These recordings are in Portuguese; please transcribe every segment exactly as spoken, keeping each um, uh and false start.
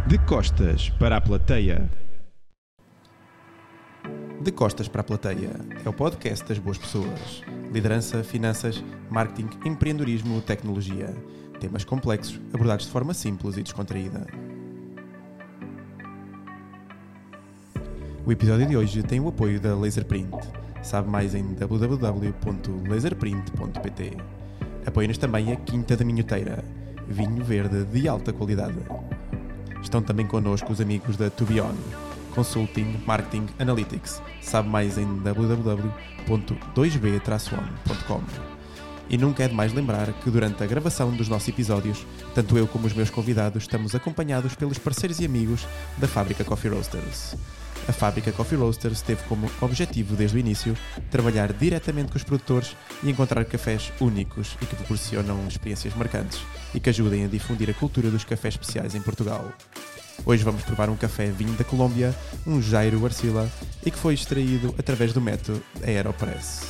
De costas para a plateia. De costas para a plateia é o podcast das boas pessoas. Liderança, finanças, marketing, empreendedorismo, tecnologia. Temas complexos abordados de forma simples e descontraída. O episódio de hoje tem o apoio da Laserprint. Sabe mais em w w w ponto laserprint ponto p t. Apoia-nos também a Quinta da Minhoteira, vinho verde de alta qualidade. Estão também connosco os amigos da To Be On, Consulting, Marketing, Analytics. Sabe mais em w w w ponto dois b traço on ponto com. E nunca é demais lembrar que durante a gravação dos nossos episódios, tanto eu como os meus convidados estamos acompanhados pelos parceiros e amigos da Fábrica Coffee Roasters. A Fábrica Coffee Roasters teve como objetivo desde o início trabalhar diretamente com os produtores e encontrar cafés únicos e que proporcionam experiências marcantes e que ajudem a difundir a cultura dos cafés especiais em Portugal. Hoje vamos provar um café vinho da Colômbia, um Jairo Arcila, e que foi extraído através do método Aeropress.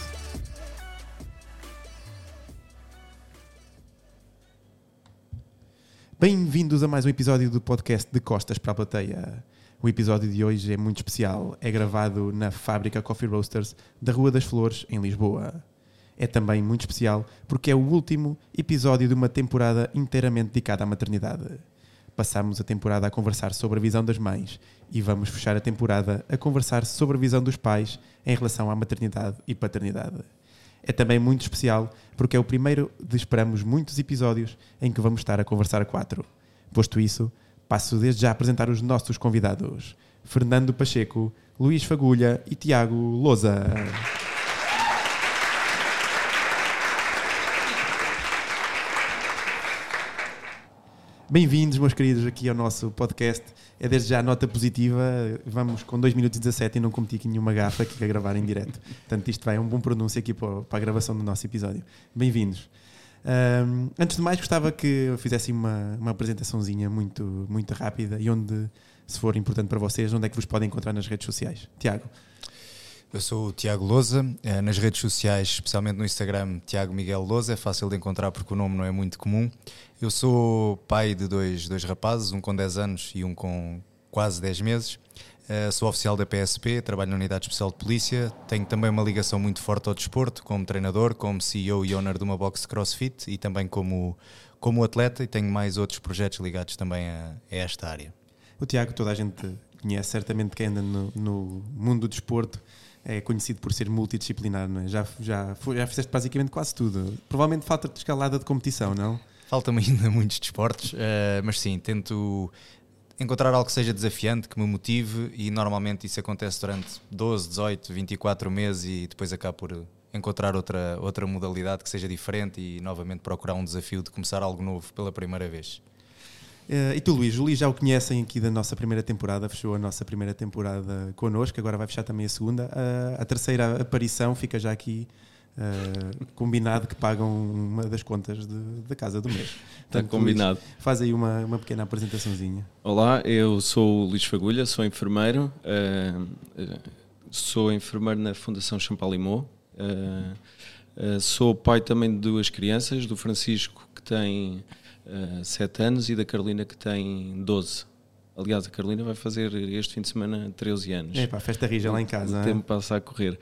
Bem-vindos a mais um episódio do podcast De Costas para a Plateia. O episódio de hoje é muito especial. É gravado na Fábrica Coffee Roasters da Rua das Flores, em Lisboa. É também muito especial porque é o último episódio de uma temporada inteiramente dedicada à maternidade. Passamos a temporada a conversar sobre a visão das mães e vamos fechar a temporada a conversar sobre a visão dos pais em relação à maternidade e paternidade. É também muito especial porque é o primeiro de esperamos muitos episódios em que vamos estar a conversar a quatro. Posto isso, passo desde já a apresentar os nossos convidados: Fernando Pacheco, Luís Fagulha e Tiago Lousa. Bem-vindos, meus queridos, aqui ao nosso podcast. É desde já a nota positiva. Vamos com dois minutos e dezassete e não cometi aqui nenhuma gafa aqui a gravar em direto. Portanto, isto vai um bom pronúncio aqui para a gravação do nosso episódio. Bem-vindos. Um, antes de mais, gostava que eu fizesse uma, uma apresentaçãozinha muito, muito rápida e onde, se for importante para vocês, onde é que vos podem encontrar nas redes sociais. Tiago. Eu sou o Tiago Lousa, nas redes sociais, especialmente no Instagram, Tiago Miguel Lousa, é fácil de encontrar porque o nome não é muito comum. Eu sou pai de dois, dois rapazes, um com dez anos e um com quase dez meses. Uh, sou oficial da P S P, trabalho na Unidade Especial de Polícia, tenho também uma ligação muito forte ao desporto, como treinador, como C E O e owner de uma box de CrossFit e também como, como atleta, e tenho mais outros projetos ligados também a, a esta área. O Tiago, toda a gente conhece, certamente quem anda no, no mundo do desporto é conhecido por ser multidisciplinar, não é? Já, já, foi, já fizeste basicamente quase tudo. Provavelmente falta-te escalada de competição, não? Falta-me ainda muitos desportos, uh, mas sim, tento encontrar algo que seja desafiante, que me motive, e normalmente isso acontece durante doze, dezoito, vinte e quatro meses e depois acabo por encontrar outra, outra modalidade que seja diferente e novamente procurar um desafio de começar algo novo pela primeira vez. Uh, e tu, Luís? O Luís já o conhecem aqui da nossa primeira temporada, fechou a nossa primeira temporada connosco, agora vai fechar também a segunda. Uh, a terceira aparição fica já aqui uh, combinado que pagam uma das contas da casa do mês. Está combinado. Luís, faz aí uma, uma pequena apresentaçãozinha. Olá, eu sou o Luís Fagulha, sou enfermeiro, uh, uh, sou enfermeiro na Fundação Champalimau, uh, uh, sou pai também de duas crianças, do Francisco, que tem Uh, sete anos, e da Carolina, que tem doze. Aliás, a Carolina vai fazer este fim de semana treze anos. É pá, festa rija lá em casa. O tempo passa a correr.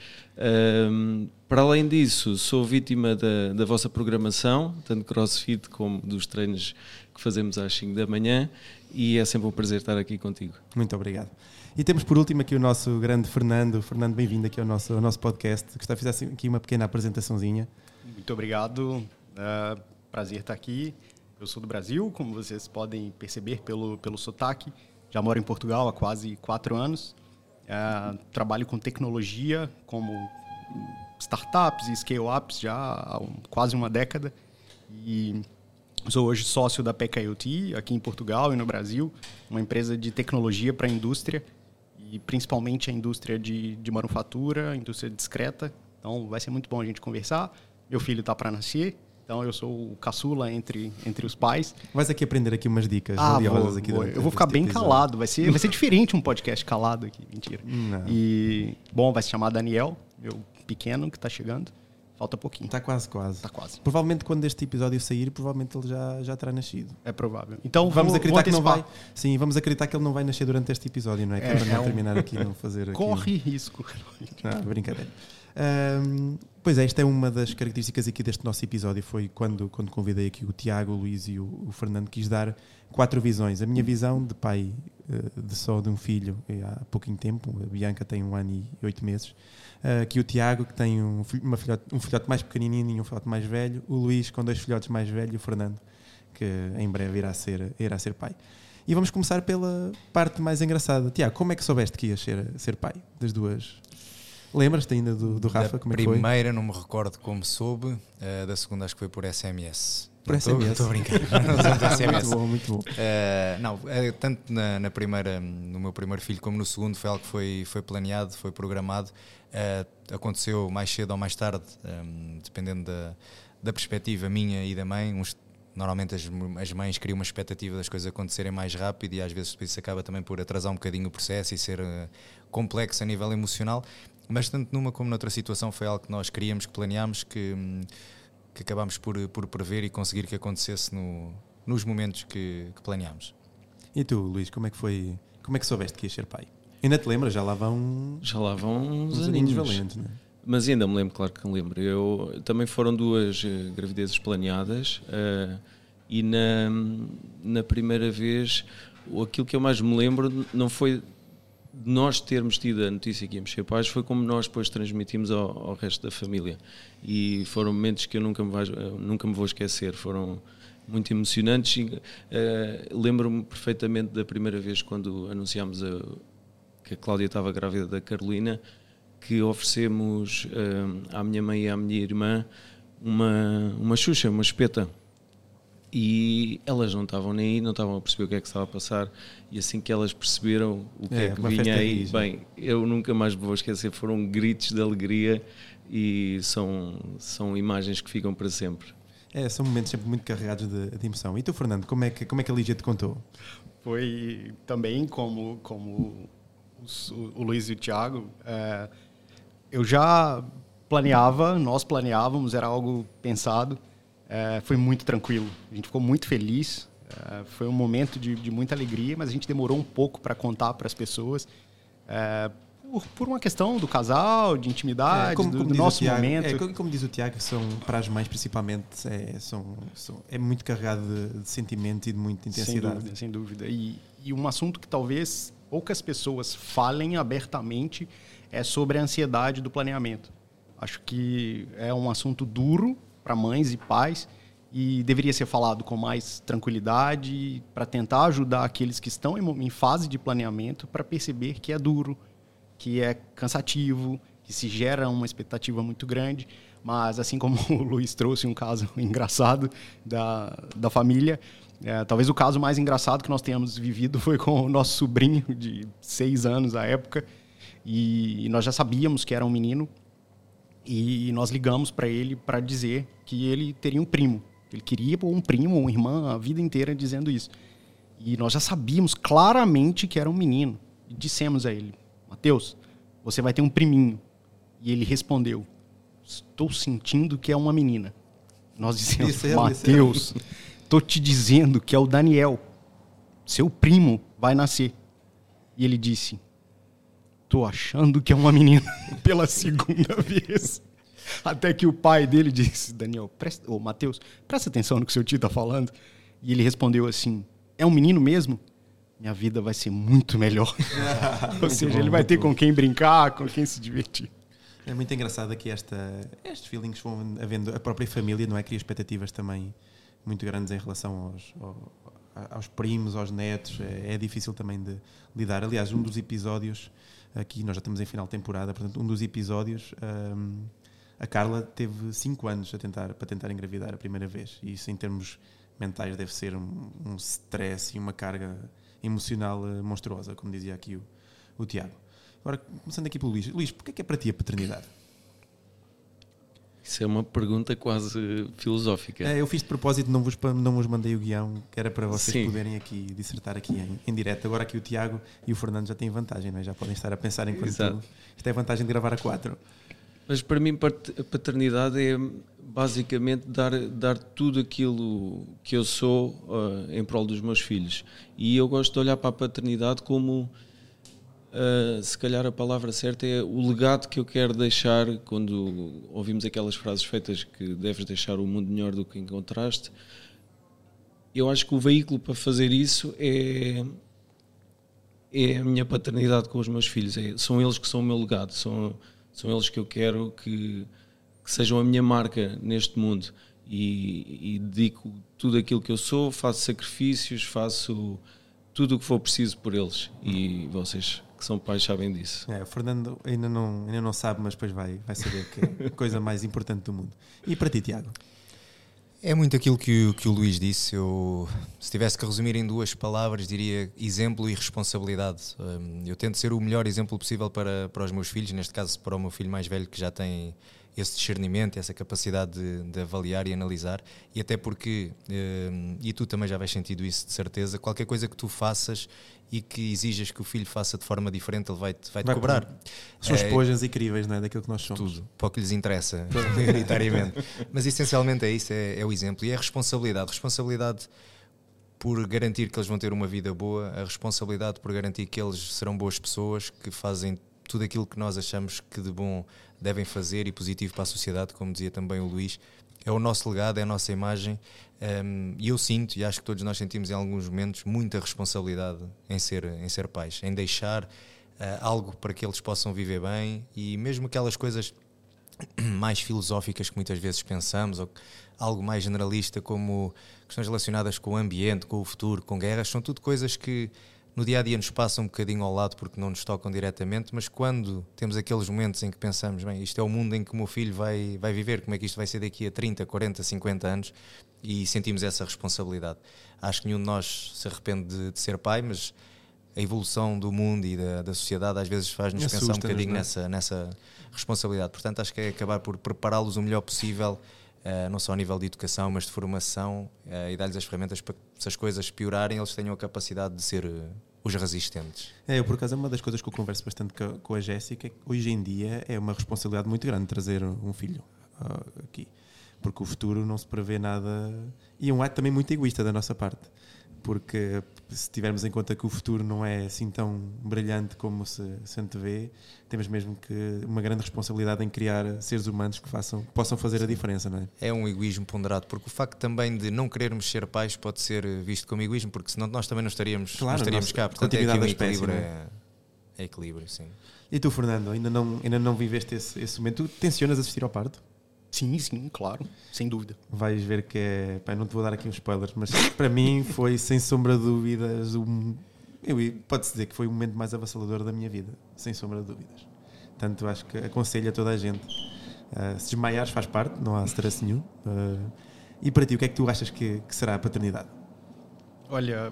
Uh, para além disso, sou vítima da, da vossa programação, tanto CrossFit como dos treinos que fazemos às cinco da manhã, e é sempre um prazer estar aqui contigo. Muito obrigado. E temos por último aqui o nosso grande Fernando. Fernando, bem-vindo aqui ao nosso, ao nosso podcast. Gostava de fazer aqui uma pequena apresentaçãozinha. Muito obrigado. Uh, prazer estar aqui. Eu sou do Brasil, como vocês podem perceber pelo, pelo sotaque. Já moro em Portugal há quase quatro anos. Uh, trabalho com tecnologia, como startups e scale-ups já há um, quase uma década. E sou hoje sócio da P K I O T, aqui em Portugal e no Brasil, uma empresa de tecnologia para a indústria, e principalmente a indústria de, de manufatura, a indústria discreta. Então vai ser muito bom a gente conversar. Meu filho está para nascer. Então eu sou o caçula entre, entre os pais. Vais aqui aprender aqui umas dicas ah, valiosas vou, aqui. Vou. Eu vou ficar bem episódio. calado. Vai ser, vai ser diferente um podcast calado aqui. Mentira. Não. E, bom, vai se chamar Daniel, meu pequeno que está chegando. falta pouquinho. Está quase, quase. Está quase. Provavelmente quando este episódio sair, provavelmente ele já, já terá nascido. É provável. Então Vamos vou, acreditar vou que não antecipar. vai. Sim, vamos acreditar que ele não vai nascer durante este episódio, não é? Que é, É, para é não um- terminar aqui, não fazer aqui. Corre risco. Ah, brincadeira. Ahm, pois é, esta é uma das características aqui deste nosso episódio. Foi quando, quando convidei aqui o Tiago, o Luís e o, o Fernando, quis dar quatro visões. A minha visão de pai eh, de só de um filho eh, há pouquinho tempo. A Bianca tem um ano e oito meses. Uh, aqui o Tiago, que tem um, filho- uma filhote, um filhote mais pequenininho e um filhote mais velho. O Luís, com dois filhotes mais velhos. E o Fernando, que em breve irá ser, irá ser pai. E vamos começar pela parte mais engraçada. Tiago, como é que soubeste que ias ser, ser pai das duas? Lembras-te ainda do, do Rafa? Da Como é que foi? primeira não me recordo como soube, uh, da segunda acho que foi por S M S. Por Não, S M S? Estou a brincar. Não usamos S M S. Muito bom, muito bom. Uh, não, uh, tanto na, na primeira, no meu primeiro filho como no segundo foi algo que foi, foi planeado, foi programado. Uh, aconteceu mais cedo ou mais tarde, um, dependendo da, da perspectiva minha e da mãe. Uns, normalmente as, as mães criam uma expectativa das coisas acontecerem mais rápido e às vezes depois isso acaba também por atrasar um bocadinho o processo e ser uh, complexo a nível emocional. Mas tanto numa como noutra situação foi algo que nós queríamos, que planeámos, que, um, que acabámos por, por prever e conseguir que acontecesse no, nos momentos que, que planeámos. E tu, Luís, como é que foi? Como é que soubeste que ias ser pai? Ainda te lembras? Já lá vão Já lá vão uns, uns aninhos. aninhos valentes, não é? Mas ainda me lembro, claro que me lembro. Eu, também foram duas eh, gravidezes planeadas eh, e na, na primeira vez o- aquilo que eu mais me lembro não foi de nós termos tido a notícia que íamos ser pais, foi como nós depois transmitimos ao, ao resto da família. E foram momentos que eu nunca me, vais- eu nunca me vou esquecer. Foram muito emocionantes. E, eh, lembro-me perfeitamente da primeira vez quando anunciámos a, que a Cláudia estava grávida da Carolina, que oferecemos hum, à minha mãe e à minha irmã uma, uma xuxa, uma espeta. E elas não estavam nem aí, não estavam a perceber o que é que estava a passar. E assim que elas perceberam o que É, é, que uma vinha festa aí, rija. bem, eu nunca mais me vou esquecer, foram gritos de alegria e são, são imagens que ficam para sempre. É, são momentos sempre muito carregados de, de emoção. E tu, Fernando, como é que, como é que a Lígia te contou? Foi também como, como os- o, o Luiz e o Thiago. é, eu já planeava, nós planeávamos, era algo pensado. é, foi muito tranquilo. A gente ficou muito feliz. é, foi um momento de, de muita alegria, mas a gente demorou um pouco para contar para as pessoas. é, por, por uma questão do casal, de intimidade, É, como- do, como do diz o nosso Tiago- momento. É, como, como diz o Tiago, são, para as mães principalmente, é, são, são- é muito carregado de, de sentimento e de muita Sem intensidade. dúvida, sem dúvida. E, e um assunto que talvez poucas pessoas falem abertamente é sobre a ansiedade do planeamento. Acho que é um assunto duro para mães e pais e deveria ser falado com mais tranquilidade para tentar ajudar aqueles que estão em, mo- em fase de planeamento para perceber que é duro, que é cansativo, que se gera uma expectativa muito grande. Mas, assim como o Luiz trouxe um caso engraçado da, da família, é, talvez o caso mais engraçado que nós tenhamos vivido foi com o nosso sobrinho de seis anos à época. E, e nós já sabíamos que era um menino. E nós ligamos para ele para dizer que ele teria um primo. Ele queria um primo ou uma irmã a vida inteira dizendo isso. E nós já sabíamos claramente que era um menino. E dissemos a ele: Mateus, você vai ter um priminho. E ele respondeu: estou sentindo que é uma menina. Nós dissemos: Isso é, Mateus, estou te dizendo que é o Daniel. Seu primo vai nascer. E ele disse: estou achando que é uma menina pela segunda vez. Até que o pai dele disse: Daniel, presta, ô, Mateus, presta atenção no que seu tio está falando. E ele respondeu assim: é um menino mesmo? Minha vida vai ser muito melhor. Ou seja, bom, ele vai muito ter bom. com quem brincar, com quem se divertir. É muito engraçado aqui esta, estes feelings vão havendo, a própria família, não é? Cria expectativas também muito grandes em relação aos, ao- aos primos, aos netos. É, é difícil também de lidar. Aliás, um dos episódios, aqui nós já estamos em final de temporada, portanto, um dos episódios, hum, a Carla teve cinco anos a tentar, para tentar engravidar a primeira vez. E isso, em termos mentais, deve ser um, um stress e uma carga emocional eh, monstruosa, como dizia aqui o, o Tiago. Agora, começando aqui pelo Luís. Luís, porquê é que é para ti a paternidade? Isso é uma pergunta quase filosófica. É, eu fiz de propósito, não vos, pa- não vos mandei o guião, que era para vocês Sim. poderem aqui dissertar aqui em, em direto. Agora aqui o Tiago e o Fernando já têm vantagem, não é? Já podem estar a pensar enquanto Exato. isto é vantagem de gravar a quatro. Mas para mim a paternidade é basicamente dar, dar tudo aquilo que eu sou uh, em prol dos meus filhos. E eu gosto de olhar para a paternidade como, uh, se calhar a palavra certa é o legado que eu quero deixar. Quando ouvimos aquelas frases feitas que deves deixar o mundo melhor do que encontraste, eu acho que o veículo para fazer isso é, é a minha paternidade com os meus filhos. É, são eles que são o meu legado, são, são eles que eu quero que, que sejam a minha marca neste mundo. E, e dedico tudo aquilo que eu sou, faço sacrifícios, faço tudo o que for preciso por eles. E vocês que são pais sabem disso. É, o Fernando ainda não, ainda não sabe, mas depois vai, vai saber que é a coisa mais importante do mundo. E para ti, Tiago? É muito aquilo que, que o Luís disse. Eu, se tivesse que resumir em duas palavras, diria exemplo e responsabilidade. Eu tento ser o melhor exemplo possível para, para os meus filhos, neste caso para o meu filho mais velho, que já tem esse discernimento, essa capacidade de, de avaliar e analisar, e até porque, e tu também já vais sentido isso de certeza, qualquer coisa que tu faças e que exijas que o filho faça de forma diferente, ele vai-te vai-te vai cobrar. São esponjas é, incríveis, não é? Daquilo que nós somos. Tudo, para o que lhes interessa, prioritariamente. Mas essencialmente é isso, é, é o exemplo. E é a responsabilidade. Responsabilidade por garantir que eles vão ter uma vida boa, a responsabilidade por garantir que eles serão boas pessoas, que fazem tudo aquilo que nós achamos que de bom devem fazer e positivo para a sociedade, como dizia também o Luís. É o nosso legado, é a nossa imagem, um, e eu sinto, e acho que todos nós sentimos em alguns momentos, muita responsabilidade em ser, em ser pais, em deixar uh, algo para que eles possam viver bem, e mesmo aquelas coisas mais filosóficas que muitas vezes pensamos, ou algo mais generalista como questões relacionadas com o ambiente, com o futuro, com guerras, são tudo coisas que no dia-a-dia nos passam um bocadinho ao lado porque não nos tocam diretamente, mas quando temos aqueles momentos em que pensamos, bem, isto é o mundo em que o meu filho vai, vai viver, como é que isto vai ser daqui a trinta, quarenta, cinquenta anos, e sentimos essa responsabilidade. Acho que nenhum de nós se arrepende de, de ser pai, mas a evolução do mundo e da, da sociedade às vezes faz-nos pensar um bocadinho nessa, nessa responsabilidade. Portanto, acho que é acabar por prepará-los o melhor possível, Uh, não só a nível de educação, mas de formação, uh, e dar-lhes as ferramentas para que, se as coisas piorarem, eles tenham a capacidade de ser uh, os resistentes. É, eu por acaso é uma das coisas que eu converso bastante com, com a Jéssica, que hoje em dia é uma responsabilidade muito grande trazer um filho uh, aqui, porque o futuro não se prevê nada, e é um ato também muito egoísta da nossa parte, porque se tivermos em conta que o futuro não é assim tão brilhante como se, se antevê, temos mesmo que uma grande responsabilidade em criar seres humanos que, façam, que possam fazer a diferença, não é? É um egoísmo ponderado, porque o facto também de não querermos ser pais pode ser visto como egoísmo, porque senão nós também não estaríamos, claro, não estaríamos nossa, cá. Portanto, é aqui um equilíbrio, espécie, é, é equilíbrio, sim. E tu, Fernando, ainda não, ainda não viveste esse, esse momento? Tu tencionas assistir ao parto? Sim, sim, claro, sem dúvida. Vais ver que é... Pá, não te vou dar aqui uns spoilers, mas para mim foi, sem sombra de dúvidas, um, eu, pode-se dizer que foi o momento mais avassalador da minha vida, sem sombra de dúvidas. Portanto, acho que aconselho a toda a gente. Uh, se desmaiares faz parte, não há stress nenhum. Uh, e para ti, o que é que tu achas que, que será a paternidade? Olha,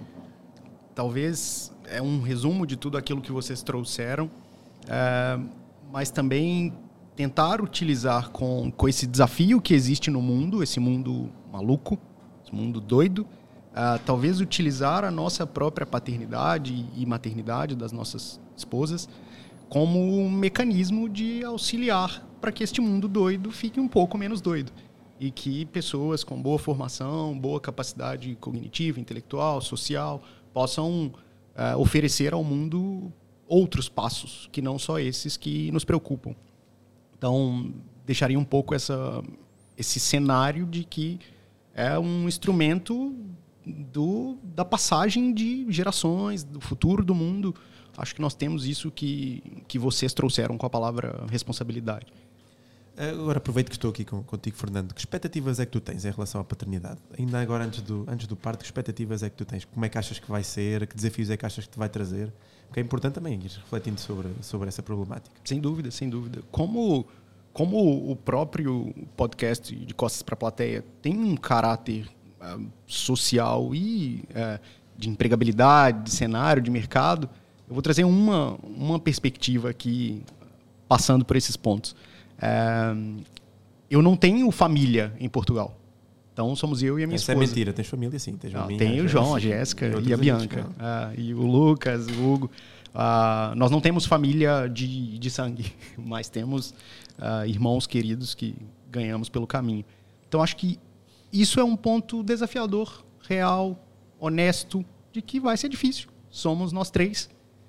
talvez é um resumo de tudo aquilo que vocês trouxeram, uh, mas também tentar utilizar com, com esse desafio que existe no mundo, esse mundo maluco, esse mundo doido, uh, talvez utilizar a nossa própria paternidade e maternidade das nossas esposas como um mecanismo de auxiliar para que este mundo doido fique um pouco menos doido e que pessoas com boa formação, boa capacidade cognitiva, intelectual, social, possam uh, oferecer ao mundo outros passos, que não só esses que nos preocupam. Então, deixaria um pouco essa, esse cenário de que é um instrumento do, da passagem de gerações, do futuro do mundo. Acho que nós temos isso que, que vocês trouxeram com a palavra responsabilidade. Agora aproveito que estou aqui com, contigo, Fernando. Que expectativas é que tu tens em relação à paternidade? Ainda agora, antes do, antes do parto, que expectativas é que tu tens? Como é que achas que vai ser? Que desafios é que achas que te vai trazer? Porque é importante também ir refletindo sobre, sobre essa problemática. Sem dúvida, sem dúvida. Como, como o próprio podcast de Costas para a Plateia tem um caráter uh, social e uh, de empregabilidade, de cenário, de mercado, eu vou trazer uma, uma perspectiva aqui, passando por esses pontos. Uh, eu não tenho família em Portugal. Então somos eu e a minha Essa esposa. é mentira, tens família sim. Tens Não, a minha, tem o João, a sim, Jéssica e e a outros Bianca. amigos, Ah, e o Lucas, o Hugo. Ah, nós não temos família de, de sangue, mas temos ah, irmãos queridos que ganhamos pelo caminho. Então acho que isso é um ponto desafiador, real, honesto, de que vai ser difícil. Somos nós três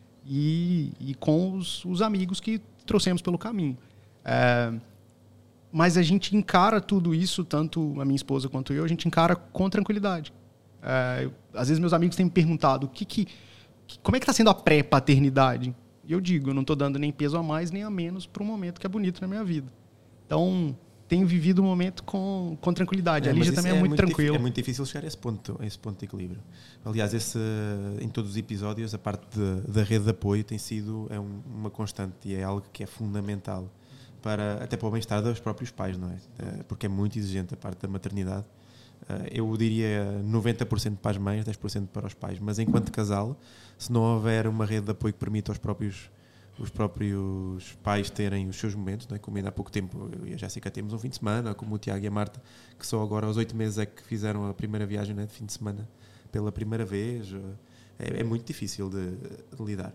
e, e com os, os amigos que trouxemos pelo caminho. É, mas a gente encara tudo isso, tanto a minha esposa quanto eu, a gente encara com tranquilidade. É, eu, às vezes meus amigos têm me perguntado o que que, que, como é que está sendo a pré-paternidade? E eu digo, eu não estou dando nem peso a mais nem a menos para um momento que é bonito na minha vida. Então, tenho vivido o momento com, com tranquilidade. É, a Lígia mas também isso é, muito tranquila. É muito difícil chegar a esse ponto, a esse ponto de equilíbrio. Aliás, esse, em todos os episódios, a parte de, da rede de apoio tem sido é um, uma constante e é algo que é fundamental para, até para o bem-estar dos próprios pais, não é? Porque é muito exigente a parte da maternidade. Eu diria noventa por cento para as mães, dez por cento para os pais. Mas enquanto casal, se não houver uma rede de apoio que permita aos próprios os próprios pais terem os seus momentos, não é? Como ainda há pouco tempo eu e a Jéssica temos um fim de semana, como o Tiago e a Marta, que só agora aos oito meses é que fizeram a primeira viagem, né, de fim de semana pela primeira vez. É, é muito difícil de, de lidar.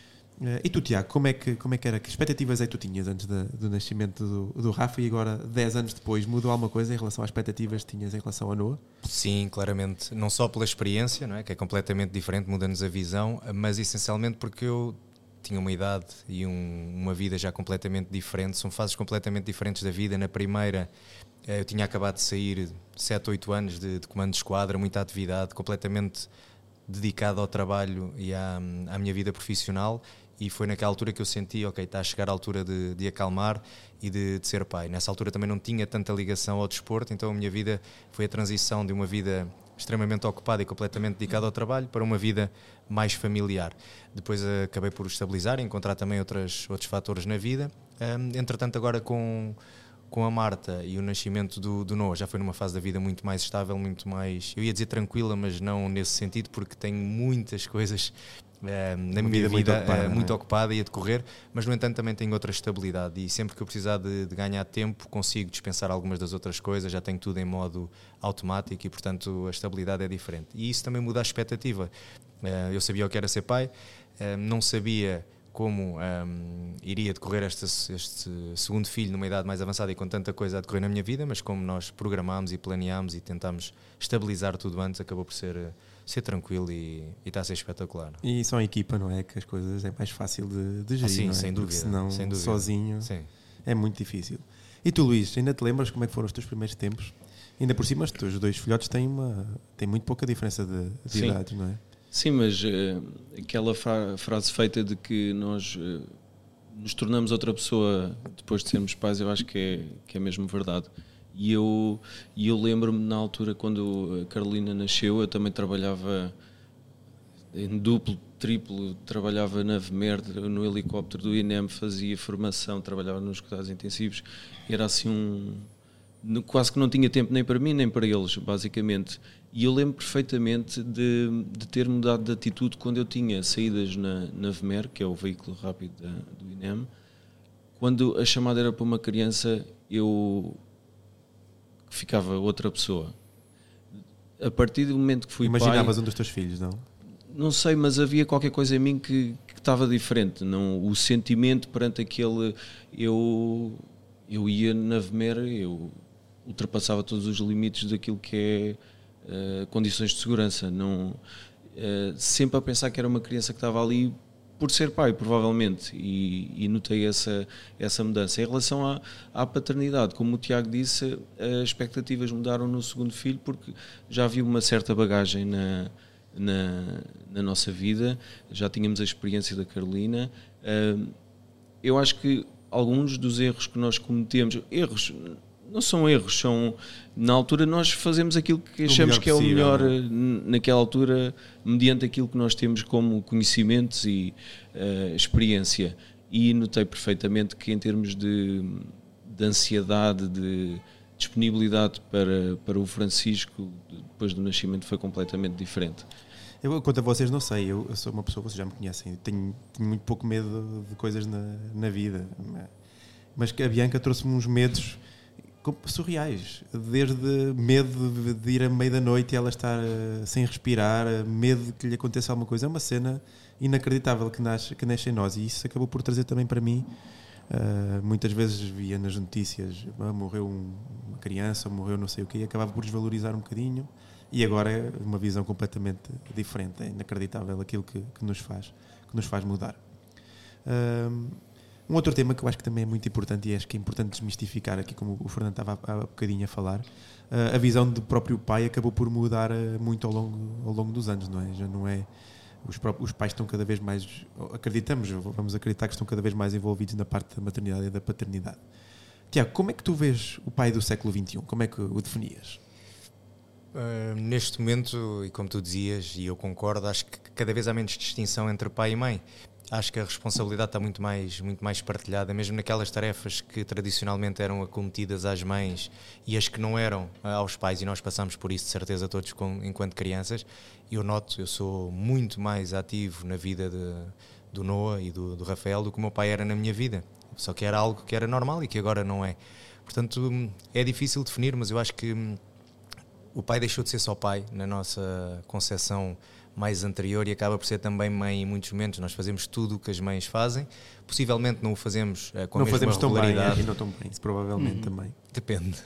E tu, Tiago, como é que, como é que era? Que expectativas é que tu tinhas antes de, do nascimento do, do Rafa e agora, dez anos depois, mudou alguma coisa em relação às expectativas que tinhas em relação a Noah? Sim, claramente. Não só pela experiência, não é? Que é completamente diferente, muda-nos a visão, mas essencialmente porque eu tinha uma idade e um, uma vida já completamente diferente, são fases completamente diferentes da vida. Na primeira, eu tinha acabado de sair sete, oito anos de, de comando de esquadra, muita atividade, completamente dedicado ao trabalho e à, à minha vida profissional, e foi naquela altura que eu senti, ok, está a chegar a altura de, de acalmar e de, de ser pai. Nessa altura também não tinha tanta ligação ao desporto, então a minha vida foi a transição de uma vida extremamente ocupada e completamente dedicada ao trabalho para uma vida mais familiar. Depois acabei por estabilizar e encontrar também outras, outros fatores na vida. Um, entretanto, agora com, com a Marta e o nascimento do, do Noah, já foi numa fase da vida muito mais estável, muito mais, eu ia dizer tranquila, mas não nesse sentido, porque tenho muitas coisas Uh, na uma minha vida, vida muito, ocupada, uh, muito é? ocupada e a decorrer, mas no entanto também tenho outra estabilidade e sempre que eu precisar de, de ganhar tempo consigo dispensar algumas das outras coisas, já tenho tudo em modo automático e portanto a estabilidade é diferente e isso também muda a expectativa. Uh, eu sabia o que era ser pai, uh, não sabia como um, iria decorrer este, este segundo filho numa idade mais avançada e com tanta coisa a decorrer na minha vida, mas como nós programámos e planeámos e tentámos estabilizar tudo antes, acabou por ser ser tranquilo e, e está a ser espetacular. E só em equipa, não é? Que as coisas é mais fácil de, de gerir, ah, sim, não é? sem dúvida, senão, sem dúvida. sozinho, sim. É muito difícil. E tu, Luís, ainda te lembras como é que foram os teus primeiros tempos? Ainda por cima, os teus dois filhotes têm, uma, têm muito pouca diferença de, de idades, não é? Sim, mas uh, aquela fra- frase feita de que nós uh, nos tornamos outra pessoa depois de sermos pais, eu acho que é, que é mesmo verdade. E eu, e eu lembro-me na altura quando a Carolina nasceu, eu também trabalhava em duplo, triplo, trabalhava na V M E R, no helicóptero do I N E M, fazia formação, trabalhava nos cuidados intensivos, era assim um... quase que não tinha tempo nem para mim nem para eles, basicamente. E eu lembro perfeitamente de, de ter mudado de atitude quando eu tinha saídas na, na V M E R, que é o veículo rápido da, do I N E M, quando a chamada era para uma criança, eu ficava outra pessoa. A partir do momento que fui pai... Imaginavas um dos teus filhos, não? Não sei, mas havia qualquer coisa em mim que, que estava diferente. Não, o sentimento perante aquele... Eu, eu ia na V M E R, eu ultrapassava todos os limites daquilo que é uh, condições de segurança. Não, uh, sempre a pensar que era uma criança que estava ali por ser pai, provavelmente, e, e notei essa, essa mudança. Em relação à, à paternidade, como o Tiago disse, as expectativas mudaram no segundo filho porque já havia uma certa bagagem na, na, na nossa vida, já tínhamos a experiência da Carolina. Uh, eu acho que alguns dos erros que nós cometemos, erros... não são erros, são, na altura nós fazemos aquilo que achamos que é o melhor naquela altura, mediante aquilo que nós temos como conhecimentos e uh, experiência. E notei perfeitamente que em termos de, de ansiedade, de disponibilidade para, para o Francisco, depois do nascimento, foi completamente diferente. Eu, quanto a vocês, não sei, eu, eu sou uma pessoa, vocês já me conhecem, eu tenho, tenho muito pouco medo de coisas na, na vida, mas que a Bianca trouxe-me uns medos surreais, desde medo de ir à meia da noite e ela estar uh, sem respirar, uh, medo de que lhe aconteça alguma coisa. É uma cena inacreditável que nasce, que nasce em nós, e isso acabou por trazer também para mim, uh, muitas vezes via nas notícias, ah, morreu um, uma criança, morreu não sei o quê, e acabava por desvalorizar um bocadinho, e agora é uma visão completamente diferente. É inacreditável aquilo que, que, nos, faz, que nos faz mudar. Uh, Um outro tema que eu acho que também é muito importante, e acho que é importante desmistificar aqui, como o Fernando estava há, há bocadinho a falar, uh, a visão do próprio pai acabou por mudar uh, muito ao longo, ao longo dos anos, não é? Já não é os, próprios, os pais estão cada vez mais, acreditamos, vamos acreditar que estão cada vez mais envolvidos na parte da maternidade e da paternidade. Tiago, como é que tu vês o pai do século vinte e um? Como é que o definias? Uh, neste momento, e como tu dizias, e eu concordo, acho que cada vez há menos distinção entre pai e mãe. Acho que a responsabilidade está muito mais, muito mais partilhada, mesmo naquelas tarefas que tradicionalmente eram acometidas às mães e as que não eram aos pais, e nós passamos por isso de certeza todos com, enquanto crianças. Eu noto, eu sou muito mais ativo na vida de, do Noah e do, do Rafael do que o meu pai era na minha vida, só que era algo que era normal e que agora não é. Portanto, é difícil definir, mas eu acho que o pai deixou de ser só pai na nossa concepção mais anterior, e acaba por ser também mãe em muitos momentos. Nós fazemos tudo o que as mães fazem, possivelmente não o fazemos uh, com a não mesma fazemos regularidade. Tão bem, e não tão bem, provavelmente uhum. também. Depende.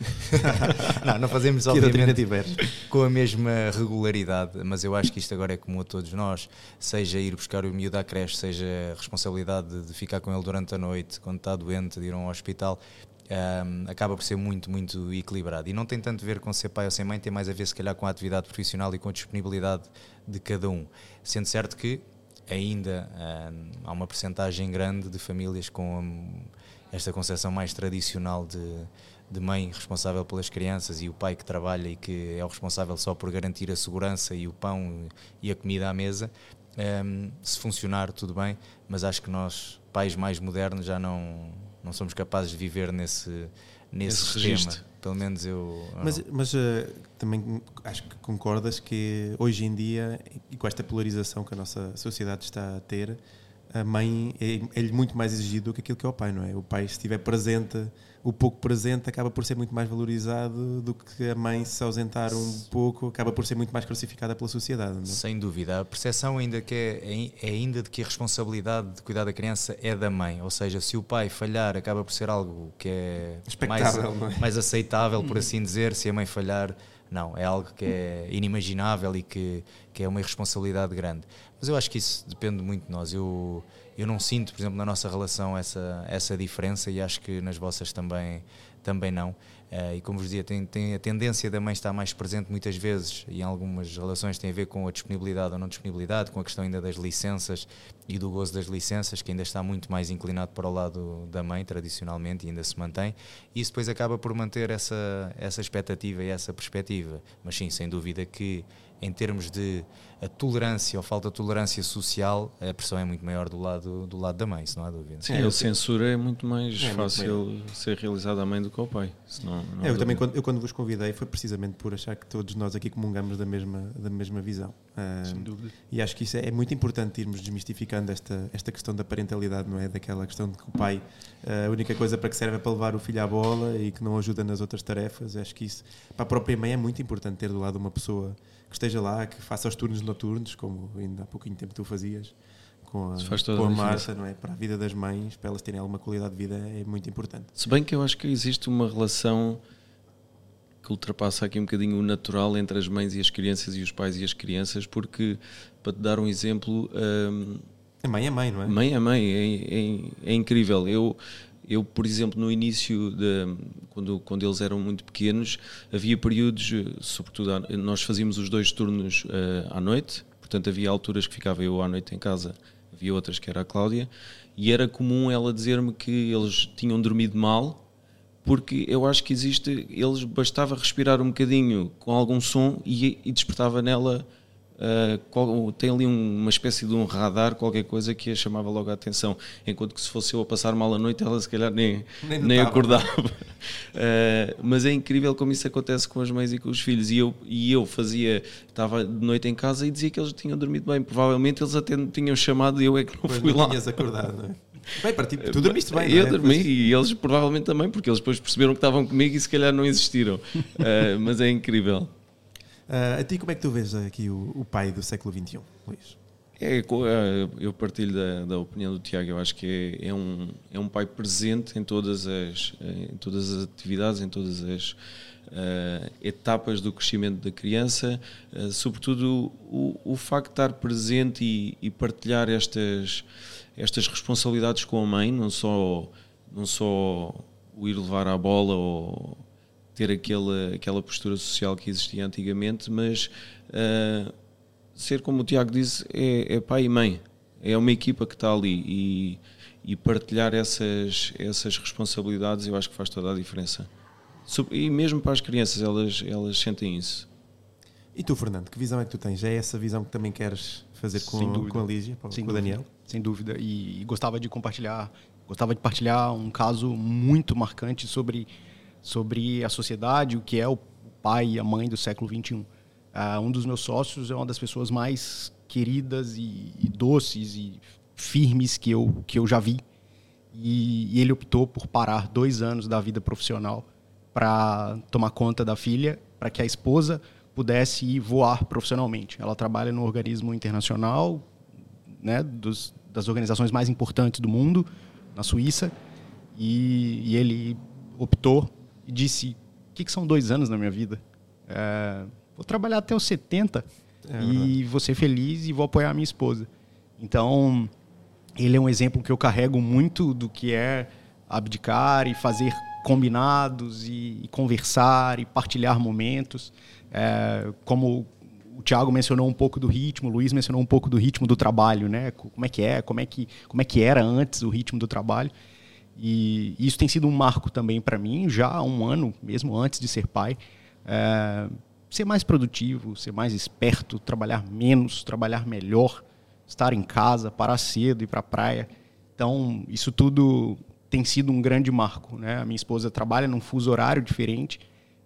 não, não fazemos obviamente com a mesma regularidade, mas eu acho que isto agora é comum a todos nós, seja ir buscar o miúdo à creche, seja a responsabilidade de ficar com ele durante a noite, quando está doente, de ir a um hospital. Um, acaba por ser muito, muito equilibrado, e não tem tanto a ver com ser pai ou ser mãe, tem mais a ver se calhar com a atividade profissional e com a disponibilidade de cada um, sendo certo que ainda um, há uma percentagem grande de famílias com um, esta concepção mais tradicional de, de mãe responsável pelas crianças e o pai que trabalha e que é o responsável só por garantir a segurança e o pão e a comida à mesa. Um, se funcionar, tudo bem, mas acho que nós, pais mais modernos, já não não somos capazes de viver nesse, nesse sistema. Pelo menos eu... Mas, mas uh, também acho que concordas que hoje em dia, e com esta polarização que a nossa sociedade está a ter, a mãe é, é muito mais exigido do que aquilo que é o pai, não é? O pai, se estiver presente, o pouco presente acaba por ser muito mais valorizado do que a mãe, se ausentar um pouco, acaba por ser muito mais crucificada pela sociedade, não é? Sem dúvida. A percepção ainda que é, é ainda de que a responsabilidade de cuidar da criança é da mãe, ou seja, se o pai falhar acaba por ser algo que é mais, não é? mais aceitável, por assim dizer. Se a mãe falhar, não, é algo que é inimaginável e que, que é uma irresponsabilidade grande. Mas eu acho que isso depende muito de nós. Eu, eu não sinto, por exemplo, na nossa relação essa, essa diferença, e acho que nas vossas também, também não. Uh, e como vos dizia, tem, tem a tendência da mãe estar mais presente muitas vezes, e em algumas relações tem a ver com a disponibilidade ou não disponibilidade, com a questão ainda das licenças e do gozo das licenças, que ainda está muito mais inclinado para o lado da mãe tradicionalmente e ainda se mantém. E isso depois acaba por manter essa, essa expectativa e essa perspectiva. Mas sim, sem dúvida que em termos de a tolerância ou falta de tolerância social, a pressão é muito maior do lado, do lado da mãe, isso não há dúvida. Sim, é, a censura é muito mais é fácil muito ser realizada à mãe do que ao pai. Senão, não é, eu também, quando, eu quando vos convidei, foi precisamente por achar que todos nós aqui comungamos da mesma, da mesma visão. Uh, Sem dúvida. E acho que isso é, é muito importante irmos desmistificando esta, esta questão da parentalidade, não é? Daquela questão de que o pai, uh, a única coisa para que serve é para levar o filho à bola e que não ajuda nas outras tarefas. Acho que isso, para a própria mãe, é muito importante ter do lado uma pessoa que esteja lá, que faça os turnos noturnos, como ainda há pouquinho tempo tu fazias, com a, com a Marta, não é? Para a vida das mães, para elas terem alguma qualidade de vida, é muito importante. Se bem que eu acho que existe uma relação que ultrapassa aqui um bocadinho o natural entre as mães e as crianças e os pais e as crianças, porque, para te dar um exemplo... Hum, a mãe é mãe, não é? Mãe é mãe, é, é, é incrível. Eu... Eu, por exemplo, no início, de, quando, quando eles eram muito pequenos, havia períodos, sobretudo, nós fazíamos os dois turnos uh, à noite, portanto havia alturas que ficava eu à noite em casa, havia outras que era a Cláudia, e era comum ela dizer-me que eles tinham dormido mal, porque eu acho que existe, eles bastava respirar um bocadinho com algum som e, e despertava nela... Uh, qual, tem ali um, uma espécie de um radar, qualquer coisa que a chamava logo a atenção, enquanto que se fosse eu a passar mal a noite ela se calhar nem, nem, nem acordava. uh, mas é incrível como isso acontece com as mães e com os filhos, e eu, e eu fazia, estava de noite em casa e dizia que eles tinham dormido bem, provavelmente eles até me tinham chamado e eu é que não pois fui não lá. Tinhas acordado, não é? Bem, para ti, tu dormiste bem, Eu não é? dormi Depois- e eles provavelmente também, porque eles depois perceberam que estavam comigo e se calhar não existiram. Uh, mas é incrível. Ah, a ti, como é que tu vês aqui o, o pai do século vinte e um, Luís? É, co- é, eu partilho da, da opinião do Tiago. Eu acho que é, é um, é um pai presente em todas as, em todas as atividades, em todas as uh, etapas do crescimento da criança, uh, sobretudo o, o facto de estar presente e, e partilhar estas, estas responsabilidades com a mãe, não só, não só o ir levar à bola ou ter aquela, aquela postura social que existia antigamente, mas uh, ser, como o Tiago disse, é, é pai e mãe. É uma equipa que está ali e, e partilhar essas, essas responsabilidades eu acho que faz toda a diferença. E mesmo para as crianças, elas, elas sentem isso. E tu, Fernando, que visão é que tu tens? É essa visão que também queres fazer Sem com, dúvida. com a Lígia, com Sem o dúvida, Daniel? Sem dúvida. E, e gostava de compartilhar, gostava de partilhar um caso muito marcante sobre, sobre a sociedade, o que é o pai e a mãe do século vinte e um. Uh, um dos meus sócios é uma das pessoas mais queridas e, e doces e firmes que eu, que eu já vi. E, e ele optou por parar dois anos da vida profissional para tomar conta da filha, para que a esposa pudesse ir voar profissionalmente. Ela trabalha no organismo internacional, né, dos, das organizações mais importantes do mundo, na Suíça, e, e ele optou e disse: o que, que são dois anos na minha vida? É, vou trabalhar até os setenta É e verdade. vou ser feliz e vou apoiar a minha esposa. Então, ele é um exemplo que eu carrego muito do que é abdicar e fazer combinados e, e conversar e partilhar momentos. É, como o Tiago mencionou um pouco do ritmo, o Luís mencionou um pouco do ritmo do trabalho, né? Como é que é, como é que, como é que era antes o ritmo do trabalho. E isso tem sido um marco também para mim, já há um ano, mesmo antes de ser pai. É, ser mais produtivo, ser mais esperto, trabalhar menos, trabalhar melhor, estar em casa, parar cedo, ir para a praia. Então, isso tudo tem sido um grande marco, né? A minha esposa trabalha num fuso horário diferente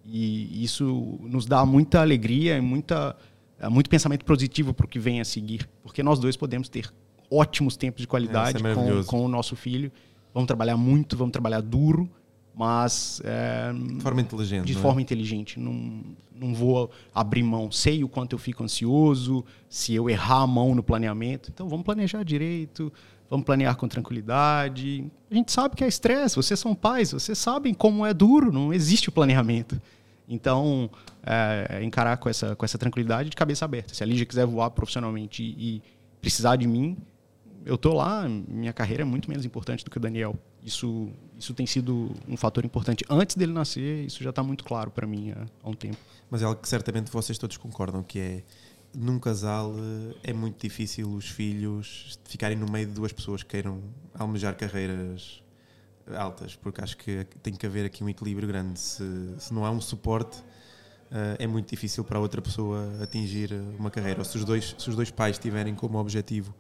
e isso nos dá muita alegria e muita, muito pensamento positivo para o que vem a seguir, porque nós dois podemos ter ótimos tempos de qualidade É, isso é com, maravilhoso. com o nosso filho. Vamos trabalhar muito, vamos trabalhar duro, mas é, De forma inteligente. de não é? forma inteligente. Não, não vou abrir mão. Sei o quanto eu fico ansioso, se eu errar a mão no planeamento. Então, vamos planejar direito, vamos planear com tranquilidade. A gente sabe que é estresse, vocês são pais, vocês sabem como é duro, não existe o planeamento. Então, é, encarar com essa, com essa tranquilidade de cabeça aberta. Se a Lígia quiser voar profissionalmente e, e precisar de mim, eu estou lá, minha carreira é muito menos importante do que o Daniel. Isso, isso tem sido um fator importante. Antes dele nascer, isso já está muito claro para mim há, há um tempo. Mas é algo que certamente vocês todos concordam, que é, num casal eh, é muito difícil os filhos ficarem no meio de duas pessoas que queiram almejar carreiras altas, porque acho que tem que haver aqui um equilíbrio grande. Se, se não há um suporte, eh, é muito difícil para a outra pessoa atingir uma carreira. Ou se os dois, se os dois pais tiverem como objetivo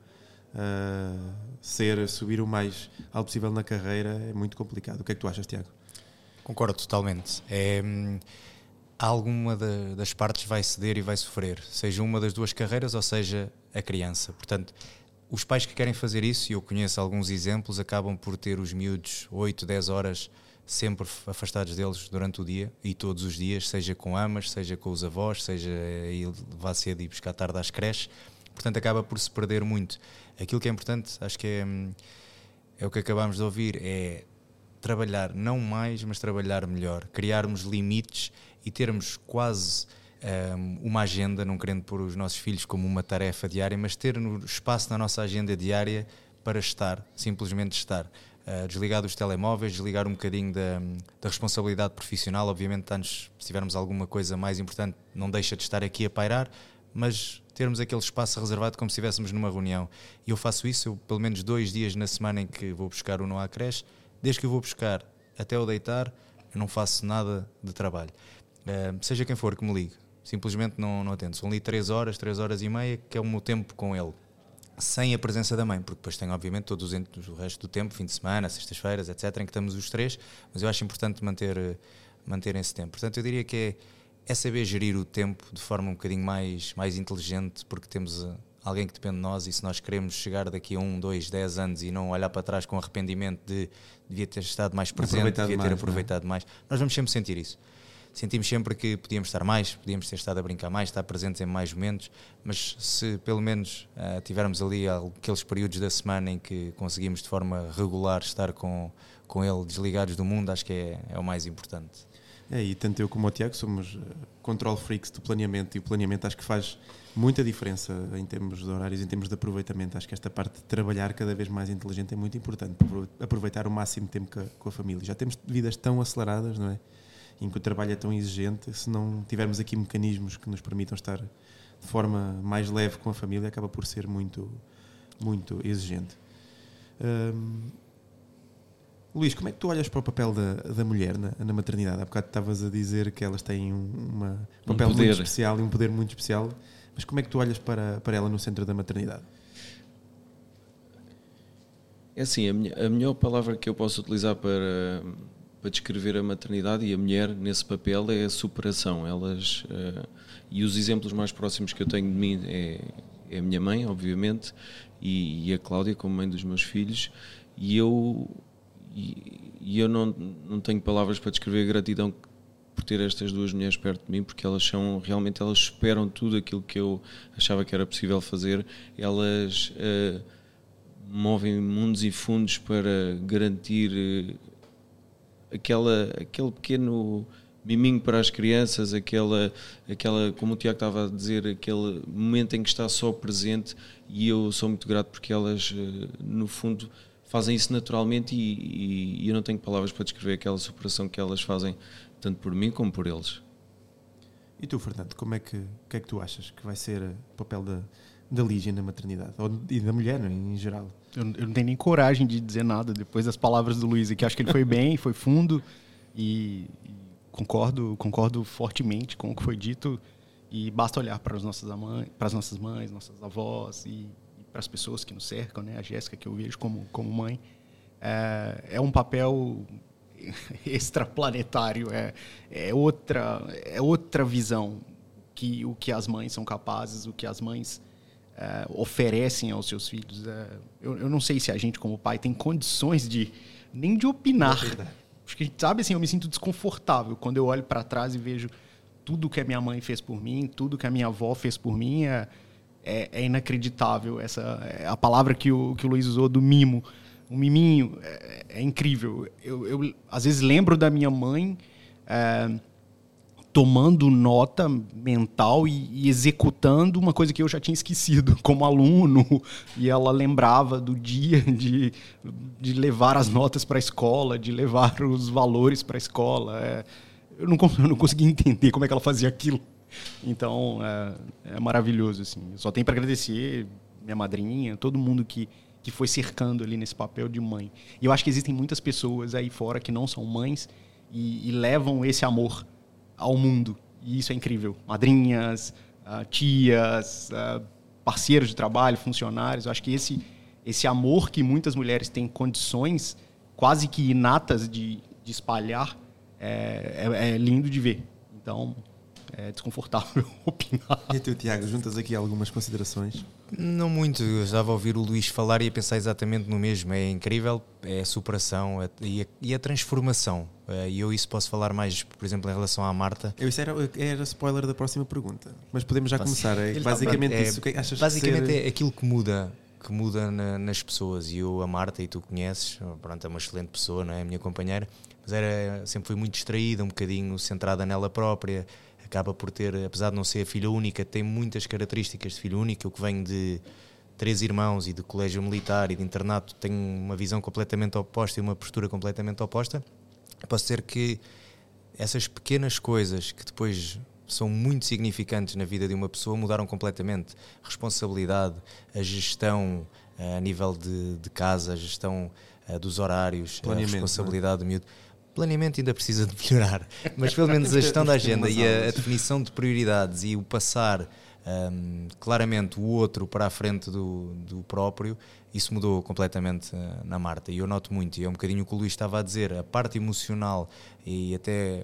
Uh, ser, subir o mais alto possível na carreira, é muito complicado. O que é que tu achas, Tiago? Concordo totalmente. É, hum, alguma da, das partes vai ceder e vai sofrer, seja uma das duas carreiras ou seja a criança. Portanto, os pais que querem fazer isso, e eu conheço alguns exemplos, acabam por ter os miúdos oito, dez horas sempre afastados deles durante o dia e todos os dias, seja com amas, seja com os avós, seja ir levar cedo e buscar tarde às creches. Portanto, acaba por se perder muito. Aquilo que é importante, acho que é, é o que acabámos de ouvir, é trabalhar não mais, mas trabalhar melhor, criarmos limites e termos quase um, uma agenda, não querendo pôr os nossos filhos como uma tarefa diária, mas ter no espaço na nossa agenda diária para estar, simplesmente estar. Uh, desligar dos telemóveis, desligar um bocadinho da, da responsabilidade profissional. Obviamente, antes, se tivermos alguma coisa mais importante, não deixa de estar aqui a pairar, mas termos aquele espaço reservado como se estivéssemos numa reunião. E eu faço isso, eu, pelo menos dois dias na semana em que vou buscar o Noah à creche, desde que eu vou buscar até eu deitar, eu não faço nada de trabalho. Uh, seja quem for que me ligue, simplesmente não, não atendo. São ali três horas, três horas e meia, que é o meu tempo com ele. Sem a presença da mãe, porque depois tenho obviamente todos os, o resto do tempo, fim de semana, sextas-feiras, etcétera, em que estamos os três, mas eu acho importante manter, manter esse tempo. Portanto, eu diria que é, é saber gerir o tempo de forma um bocadinho mais, mais inteligente, porque temos alguém que depende de nós, e se nós queremos chegar daqui a um, dois, dez anos e não olhar para trás com arrependimento de devia ter estado mais presente, devia ter mais, aproveitado mais, nós vamos sempre sentir isso. Sentimos sempre que podíamos estar mais, podíamos ter estado a brincar mais, estar presentes em mais momentos, mas se pelo menos uh, tivermos ali aqueles períodos da semana em que conseguimos de forma regular estar com, com ele desligados do mundo, acho que é, é o mais importante. É, e tanto eu como o Tiago somos uh, control freaks do planeamento, e o planeamento acho que faz muita diferença em termos de horários, em termos de aproveitamento. Acho que esta parte de trabalhar cada vez mais inteligente é muito importante, para aproveitar o máximo tempo com a, com a família. Já temos vidas tão aceleradas, não é? Em que o trabalho é tão exigente, se não tivermos aqui mecanismos que nos permitam estar de forma mais leve com a família, acaba por ser muito, muito exigente. Um, Luís, como é que tu olhas para o papel da, da mulher na, na maternidade? Há bocado estavas a dizer que elas têm um, uma, um papel um muito especial e um poder muito especial, mas como é que tu olhas para, para ela no centro da maternidade? É assim, a, minha, a melhor palavra que eu posso utilizar para, para descrever a maternidade e a mulher nesse papel é a superação. Elas, uh, e os exemplos mais próximos que eu tenho de mim é, é a minha mãe, obviamente, e, e a Cláudia como mãe dos meus filhos, e eu... E, e eu não, não tenho palavras para descrever a gratidão por ter estas duas mulheres perto de mim, porque elas são, realmente elas superam tudo aquilo que eu achava que era possível fazer. Elas uh, movem mundos e fundos para garantir uh, aquela, aquele pequeno miminho para as crianças, aquela, aquela, como o Tiago estava a dizer, aquele momento em que está só presente, e eu sou muito grato porque elas, uh, no fundo, fazem isso naturalmente, e, e, e eu não tenho palavras para descrever aquela superação que elas fazem, tanto por mim como por eles. E tu, Fernando, como é que, que é que tu achas que vai ser o papel da, da Lígia na maternidade? Ou, e da mulher, em geral? Eu, eu não tenho nem coragem de dizer nada depois das palavras do Luís, que acho que ele foi bem, foi fundo, e, e concordo, concordo fortemente com o que foi dito, e basta olhar para as nossas, mães, para as nossas mães, nossas avós, e para as pessoas que nos cercam, né? A Jéssica, que eu vejo como, como mãe, é, é um papel extraplanetário, é, é, outra, é outra visão, que o que as mães são capazes, o que as mães é, oferecem aos seus filhos. É, eu, eu não sei se a gente, como pai, tem condições de nem de opinar. Porque, sabe, assim, eu me sinto desconfortável quando eu olho para trás e vejo tudo que a minha mãe fez por mim, tudo que a minha avó fez por mim. É, É, é inacreditável. Essa, é a palavra que o, que o Luís usou do mimo, o miminho, é, é incrível. Eu, eu, às vezes, lembro da minha mãe é, tomando nota mental e, e executando uma coisa que eu já tinha esquecido como aluno, e ela lembrava do dia de, de levar as notas para a escola, de levar os valores para a escola. É, eu, não, eu não conseguia entender como é que ela fazia aquilo. Então, é, é maravilhoso, assim. Eu só tenho para agradecer minha madrinha, todo mundo que, que foi cercando ali nesse papel de mãe. E eu acho que existem muitas pessoas aí fora que não são mães e, e levam esse amor ao mundo. E isso é incrível. Madrinhas, uh, tias, uh, parceiros de trabalho, funcionários. Eu acho que esse, esse amor que muitas mulheres têm condições quase que inatas de, de espalhar é, é, é lindo de ver. Então... é desconfortável opinar. E tu, Tiago, juntas aqui algumas considerações? Não muito, eu estava a ouvir o Luís falar e a pensar exatamente no mesmo. É incrível, é a superação e a, e a transformação. E eu isso posso falar mais, por exemplo, em relação à Marta. Eu, isso era, era spoiler da próxima pergunta, mas podemos já começar. É basicamente é, isso. O que achas basicamente ser... é aquilo que muda, que muda na, nas pessoas. E eu, a Marta, e tu conheces, pronto, é uma excelente pessoa, não é? A minha companheira, mas era, sempre foi muito distraída, um bocadinho centrada nela própria. Acaba por ter, apesar de não ser a filha única, tem muitas características de filha única. Eu que venho de três irmãos e de colégio militar e de internato, tenho uma visão completamente oposta e uma postura completamente oposta. Posso dizer que essas pequenas coisas que depois são muito significantes na vida de uma pessoa mudaram completamente. A responsabilidade, a gestão a nível de, de casa, a gestão a, dos horários, a responsabilidade do miúdo. Planeamento ainda precisa de melhorar, mas pelo menos a gestão da agenda e a, a definição de prioridades e o passar um, claramente o outro para a frente do, do próprio, isso mudou completamente uh, na Marta. E eu noto muito, e é um bocadinho o que o Luís estava a dizer, a parte emocional e até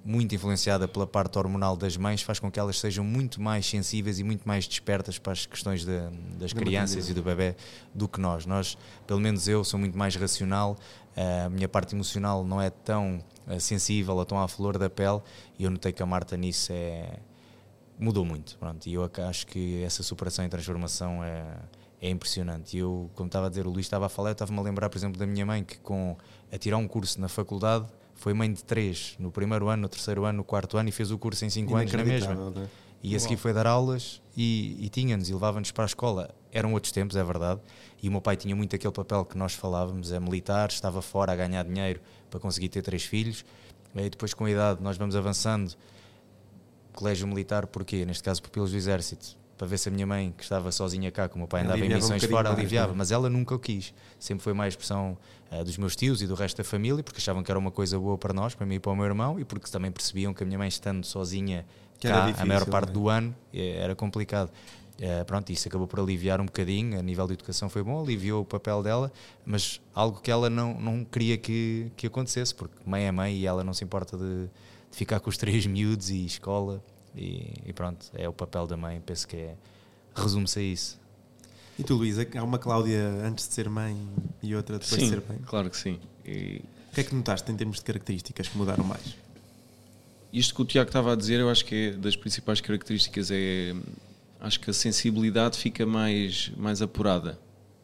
muito influenciada pela parte hormonal das mães, faz com que elas sejam muito mais sensíveis e muito mais despertas para as questões de, das crianças e do bebê do que nós. Nós, pelo menos eu, sou muito mais racional, a minha parte emocional não é tão sensível ou tão à flor da pele, e eu notei que a Marta nisso é, mudou muito. Pronto, e eu acho que essa superação e transformação é, é impressionante. E eu, como estava a dizer, o Luís estava a falar, eu estava-me a lembrar, por exemplo, da minha mãe, que com, a tirar um curso na faculdade, foi mãe de três, no primeiro ano, no terceiro ano, no quarto ano, e fez o curso em cinco anos na mesma. Né? E a seguir foi dar aulas e, e tinha-nos e levava-nos para a escola. Eram outros tempos, é verdade, e o meu pai tinha muito aquele papel que nós falávamos, é militar, estava fora a ganhar dinheiro para conseguir ter três filhos. E depois, com a idade, nós vamos avançando. Colégio militar, porquê? Neste caso, pupilos do exército, para ver se a minha mãe, que estava sozinha cá, como o meu pai andava aliviava em missões um fora, mais, aliviava, né? Mas ela nunca o quis. Sempre foi mais expressão uh, dos meus tios e do resto da família, porque achavam que era uma coisa boa para nós, para mim e para o meu irmão, e porque também percebiam que a minha mãe, estando sozinha que cá, difícil, a maior parte né? do ano, era complicado. Uh, pronto, isso acabou por aliviar um bocadinho, a nível de educação foi bom, aliviou o papel dela, mas algo que ela não, não queria que, que acontecesse, porque mãe é mãe e ela não se importa de, de ficar com os três miúdos e escola, e, e pronto, é o papel da mãe, penso que é, resume-se a isso. E tu, Luís, há uma Cláudia antes de ser mãe e outra depois sim, de ser mãe? Claro que sim. E... o que é que notaste em termos de características que mudaram mais? Isto que o Tiago estava a dizer, eu acho que é das principais características é... acho que a sensibilidade fica mais, mais apurada,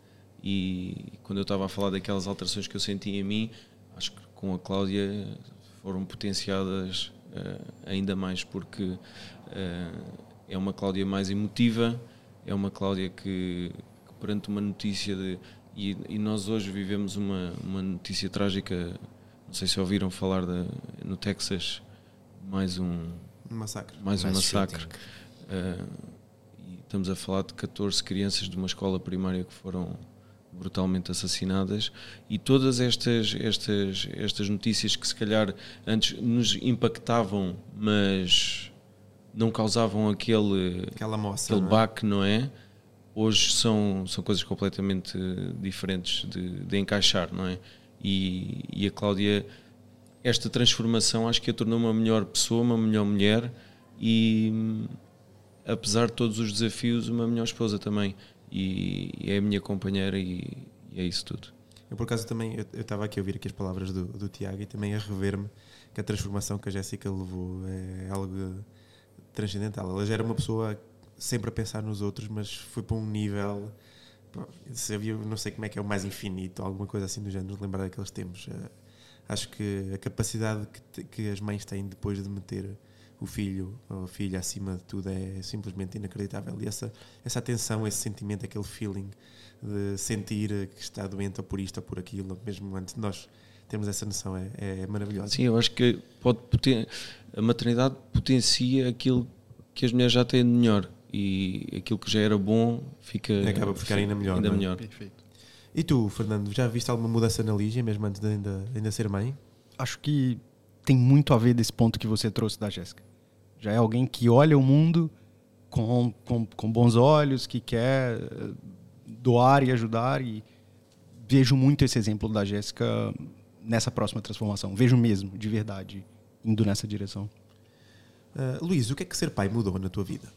e quando eu estava a falar daquelas alterações que eu senti em mim, acho que com a Cláudia foram potenciadas uh, ainda mais, porque uh, é uma Cláudia mais emotiva, é uma Cláudia que, que perante uma notícia de, e, e nós hoje vivemos uma, uma notícia trágica, não sei se ouviram falar de, no Texas, mais um, um massacre, mais um massacre. Uh, Estamos a falar de catorze crianças de uma escola primária que foram brutalmente assassinadas, e todas estas, estas, estas notícias que se calhar antes nos impactavam, mas não causavam aquele, Aquela moça, aquele não é? baque, não é? Hoje são, são coisas completamente diferentes de, de encaixar, não é? E, e a Cláudia, esta transformação acho que a tornou uma melhor pessoa, uma melhor mulher, e apesar de todos os desafios, uma melhor esposa também, e, e é a minha companheira, e, e é isso tudo. Eu, por acaso, também, eu, eu estava aqui a ouvir aqui as palavras do, do Tiago, e também a rever-me que a transformação que a Jéssica levou é algo transcendental. Ela já era uma pessoa sempre a pensar nos outros, mas foi para um nível, se havia, não sei como é que é, o mais infinito, alguma coisa assim do género, lembrar daqueles tempos. Uh, acho que a capacidade que, te, que as mães têm depois de meter o filho ou a filha acima de tudo é simplesmente inacreditável, e essa, essa atenção, esse sentimento, aquele feeling de sentir que está doente ou por isto ou por aquilo, mesmo antes de nós termos essa noção, é, é maravilhoso. Sim, eu acho que pode poten- a maternidade potencia aquilo que as mulheres já têm de melhor, e aquilo que já era bom fica, acaba por ficar ainda melhor, ainda não é? melhor. Perfeito. E tu, Fernando, já viste alguma mudança na Lígia mesmo antes de ainda, de ainda ser mãe? Acho que tem muito a ver desse ponto que você trouxe da Jéssica. Já é alguém que olha o mundo com, com, com bons olhos, que quer doar e ajudar, e vejo muito esse exemplo da Jéssica nessa próxima transformação. Vejo mesmo, de verdade, indo nessa direção. Uh, Luís, o que é que ser pai mudou na tua vida?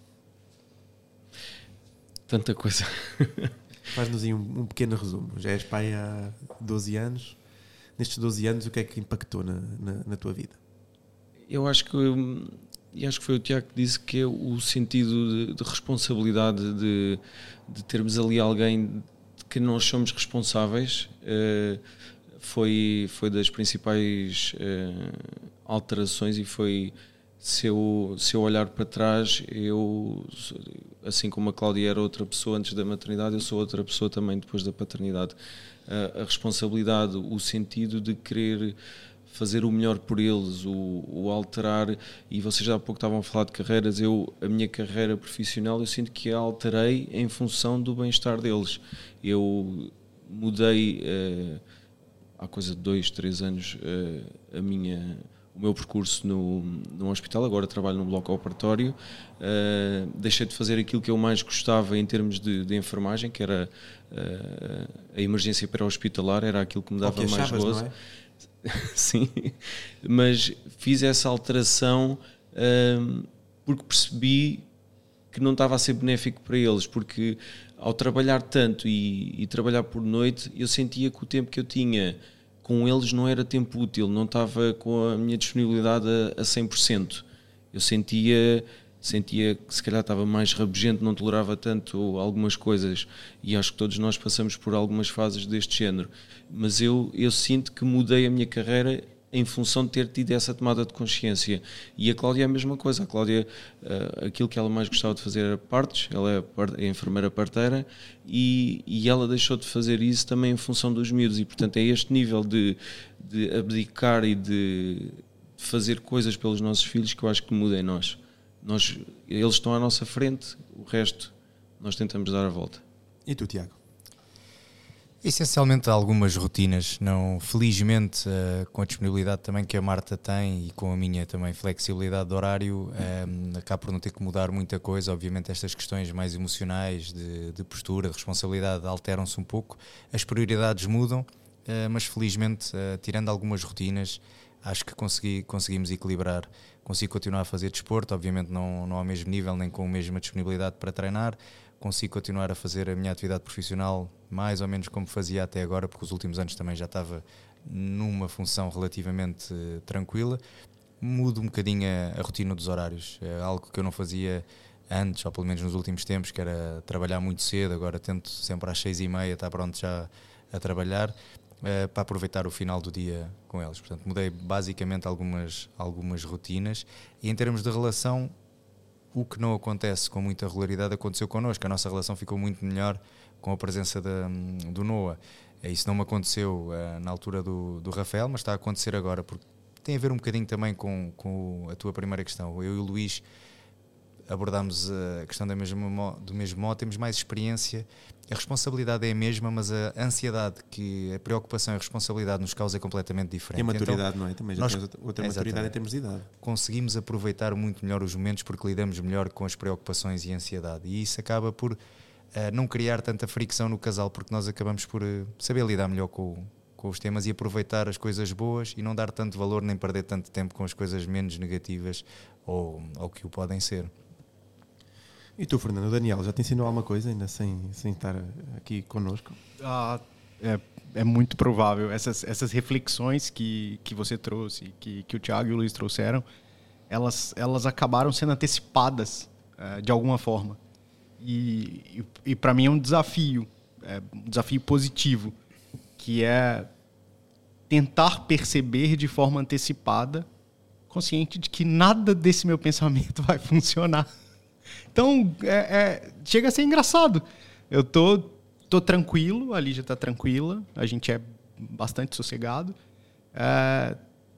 Tanta coisa. Faz-nos aí um, um pequeno resumo. Já és pai há doze anos. Nestes doze anos, o que é que impactou na, na, na tua vida? Eu acho que e acho que foi o Tiago que disse, que é o sentido de, de responsabilidade, de, de termos ali alguém de que nós somos responsáveis. Uh, foi, foi das principais uh, alterações, e foi, se eu, se eu olhar para trás, eu, assim como a Cláudia era outra pessoa antes da maternidade, eu sou outra pessoa também depois da paternidade. Uh, a responsabilidade, o sentido de querer fazer o melhor por eles, o, o alterar, e vocês já há pouco estavam a falar de carreiras, eu, a minha carreira profissional, eu sinto que a alterei em função do bem-estar deles. Eu mudei, uh, há coisa de dois, três anos, uh, a minha, o meu percurso no, no hospital, agora trabalho no bloco operatório, uh, deixei de fazer aquilo que eu mais gostava em termos de, de enfermagem, que era uh, a emergência pré-hospitalar, era aquilo que me dava mais gozo. sim, mas fiz essa alteração um, porque percebi que não estava a ser benéfico para eles, porque ao trabalhar tanto e, e trabalhar por noite, eu sentia que o tempo que eu tinha com eles não era tempo útil, não estava com a minha disponibilidade a, a cem por cento. Eu sentia, sentia que se calhar estava mais rabugento, não tolerava tanto algumas coisas, e acho que todos nós passamos por algumas fases deste género, mas eu, eu sinto que mudei a minha carreira em função de ter tido essa tomada de consciência. E a Cláudia é a mesma coisa. A Cláudia, uh, aquilo que ela mais gostava de fazer era partos, ela é a, é a enfermeira parteira, e, e ela deixou de fazer isso também em função dos miúdos, e portanto é este nível de, de abdicar e de fazer coisas pelos nossos filhos que eu acho que muda em nós. nós. Eles estão à nossa frente, o resto nós tentamos dar a volta. E tu, Tiago? Essencialmente algumas rotinas, não, felizmente uh, com a disponibilidade também que a Marta tem e com a minha também flexibilidade de horário, um, acabo por não ter que mudar muita coisa. Obviamente estas questões mais emocionais de, de postura, de responsabilidade alteram-se um pouco, as prioridades mudam, uh, mas felizmente uh, tirando algumas rotinas acho que consegui, conseguimos equilibrar, consigo continuar a fazer desporto, obviamente não, não ao mesmo nível nem com a mesma disponibilidade para treinar, consigo continuar a fazer a minha atividade profissional mais ou menos como fazia até agora, porque os últimos anos também já estava numa função relativamente uh, tranquila. Mudo um bocadinho a, a rotina dos horários, é algo que eu não fazia antes, ou pelo menos nos últimos tempos, que era trabalhar muito cedo. Agora tento sempre às seis e meia estar pronto já a trabalhar, uh, para aproveitar o final do dia com eles. Portanto, mudei basicamente algumas, algumas rotinas, e em termos de relação, o que não acontece com muita regularidade aconteceu connosco. A nossa relação ficou muito melhor com a presença de, do Noah. Isso não me aconteceu uh, na altura do, do Rafael, mas está a acontecer agora, porque tem a ver um bocadinho também com, com a tua primeira questão. Eu e o Luís abordámos a questão da mesma, do mesmo modo, temos mais experiência, a responsabilidade é a mesma, mas a ansiedade, que a preocupação e a responsabilidade nos causa é completamente diferente. E a maturidade, então, não é? Também já nós, temos outra maturidade em termos de idade. Conseguimos aproveitar muito melhor os momentos porque lidamos melhor com as preocupações e a ansiedade, e isso acaba por uh, não criar tanta fricção no casal, porque nós acabamos por uh, saber lidar melhor com, com os temas e aproveitar as coisas boas e não dar tanto valor nem perder tanto tempo com as coisas menos negativas ou, ou que o podem ser. E tu, Fernando, o Daniel, já te ensinou alguma coisa ainda sem, sem estar aqui connosco? Ah, é, é muito provável. Essas, essas reflexões que, que você trouxe, que, que o Tiago e o Luís trouxeram, elas, elas acabaram sendo antecipadas é, de alguma forma. E, e, e para mim é um desafio, é um desafio positivo, que é tentar perceber de forma antecipada, consciente de que nada desse meu pensamento vai funcionar. Então, é, é, chega a ser engraçado. Eu tô, tô tranquilo, a Lígia tá tranquila, a gente é bastante sossegado. É,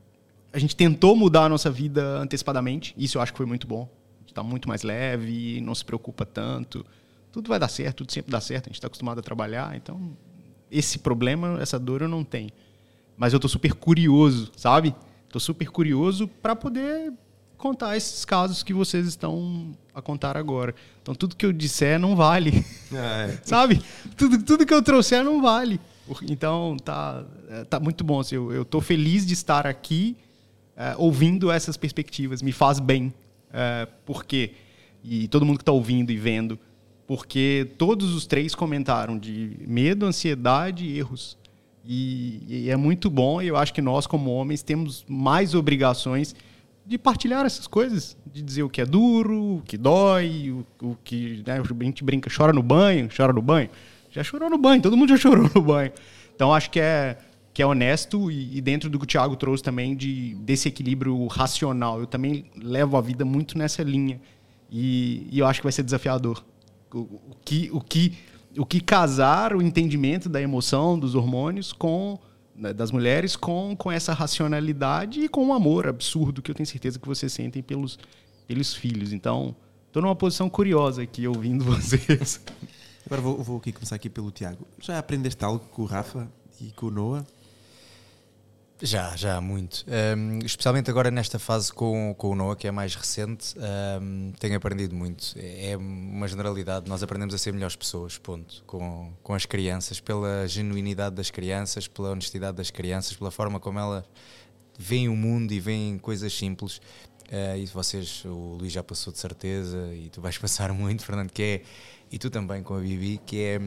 a gente tentou mudar a nossa vida antecipadamente, isso eu acho que foi muito bom. A gente tá muito mais leve, não se preocupa tanto. Tudo vai dar certo, tudo sempre dá certo, a gente está acostumado a trabalhar, então esse problema, essa dor eu não tenho. Mas eu tô super curioso, sabe? Tô super curioso para poder contar esses casos que vocês estão a contar agora. Então, tudo que eu disser não vale. Ah, é. Sabe? Tudo, tudo que eu trouxer não vale. Então, tá, tá muito bom. Assim, eu, eu tô feliz de estar aqui é, ouvindo essas perspectivas. Me faz bem. É, por quê? E todo mundo que está ouvindo e vendo. Porque todos os três comentaram de medo, ansiedade e erros. E, e é muito bom. E eu acho que nós, como homens, temos mais obrigações de partilhar essas coisas, de dizer o que é duro, o que dói, o, o que, né, a gente brinca, chora no banho, chora no banho. Já chorou no banho, todo mundo já chorou no banho. Então, acho que é, que é honesto e, e dentro do que o Thiago trouxe também, de, desse equilíbrio racional. Eu também levo a vida muito nessa linha e, e eu acho que vai ser desafiador. O, o, que, o, que, o que casar o entendimento da emoção, dos hormônios, com... das mulheres com, com essa racionalidade e com um amor absurdo que eu tenho certeza que vocês sentem pelos, pelos filhos. Então, estou numa posição curiosa aqui ouvindo vocês. Agora vou, vou aqui começar aqui pelo Tiago. Já aprendeste algo com o Rafa e com o Noah? Já, já, muito. Um, especialmente agora nesta fase com, com o Noah, que é mais recente, um, tenho aprendido muito. É uma generalidade, nós aprendemos a ser melhores pessoas, ponto, com, com as crianças, pela genuinidade das crianças, pela honestidade das crianças, pela forma como elas veem o mundo e veem coisas simples. Uh, e vocês, o Luís já passou de certeza, e tu vais passar muito, Fernando, que é, e tu também com a Bibi, que é,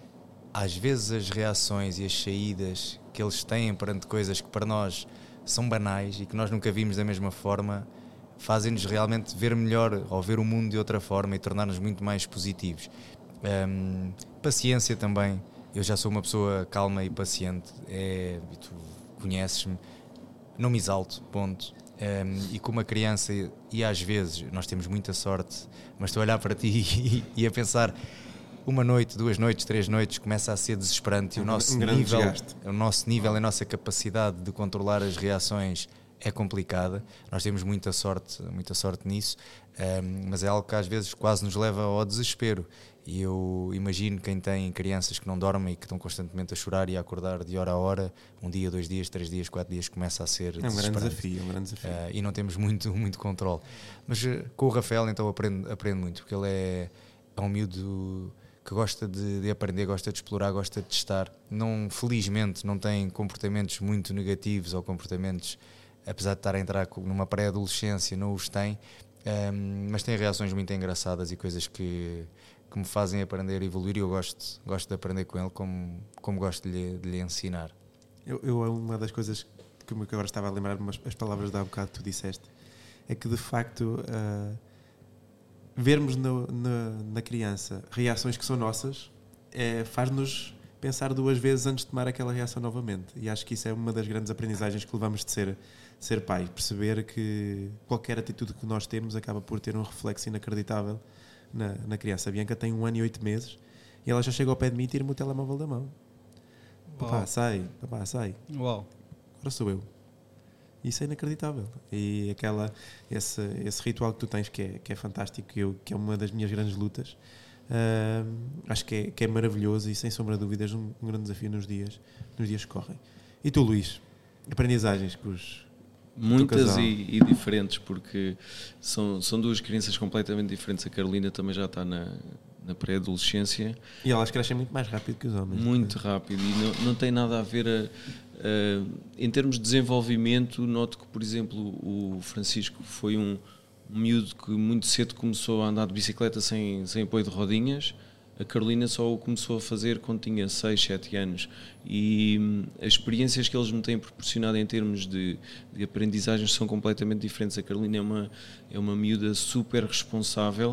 às vezes as reações e as saídas que eles têm perante coisas que para nós são banais e que nós nunca vimos da mesma forma, fazem-nos realmente ver melhor ou ver o mundo de outra forma e tornar-nos muito mais positivos. Um, paciência também. Eu já sou uma pessoa calma e paciente, é, e tu conheces-me, não me exalto, ponto. Um, e com uma criança, e às vezes nós temos muita sorte, mas estou a olhar para ti e, e a pensar, uma noite, duas noites, três noites começa a ser desesperante, e o nosso, um nível, desgaste. o nosso nível, a nossa capacidade de controlar as reações é complicada. Nós temos muita sorte, muita sorte nisso, um, mas é algo que às vezes quase nos leva ao desespero. E eu imagino quem tem crianças que não dormem e que estão constantemente a chorar e a acordar de hora a hora, um dia, dois dias, três dias, quatro dias, começa a ser É um grande desafio, é um grande desafio. Uh, e não temos muito, muito controle. Mas uh, com o Rafael então aprendo, aprendo muito, porque ele é, é um miúdo que gosta de, de aprender, gosta de explorar, gosta de testar. Não, felizmente não tem comportamentos muito negativos ou comportamentos, apesar de estar a entrar numa pré-adolescência, não os tem, um, mas tem reações muito engraçadas e coisas que, que me fazem aprender e evoluir, e eu gosto, gosto de aprender com ele como, como gosto de lhe, de lhe ensinar. Eu, eu, uma das coisas que eu agora estava a lembrar-me, as palavras de há bocado que tu disseste, é que de facto uh, vermos no, na, na criança reações que são nossas é, faz-nos pensar duas vezes antes de tomar aquela reação novamente, e acho que isso é uma das grandes aprendizagens que levamos de ser, ser pai, perceber que qualquer atitude que nós temos acaba por ter um reflexo inacreditável na, na criança. A Bianca tem um ano e oito meses e ela já chega ao pé de mim e tira-me o telemóvel da mão. Papá, sai, papá, sai. Uau. Agora sou eu. Isso é inacreditável. E aquela, esse, esse ritual que tu tens, que é, que é fantástico, que, eu, que é uma das minhas grandes lutas, uh, acho que é, que é maravilhoso e sem sombra de dúvidas um, um grande desafio nos dias, nos dias que correm. E tu, Luís, aprendizagens que os... Muitas e, e diferentes, porque são, são duas crianças completamente diferentes. A Carolina também já está na, na pré-adolescência. E elas crescem muito mais rápido que os homens. Muito rápido. E não, não tem nada a ver a, a, em termos de desenvolvimento. Noto que, por exemplo, o Francisco foi um, um miúdo que muito cedo começou a andar de bicicleta sem, sem apoio de rodinhas. A Carolina só o começou a fazer quando tinha seis, sete anos, e hum, as experiências que eles me têm proporcionado em termos de, de aprendizagens são completamente diferentes. A Carolina é uma, é uma miúda super responsável,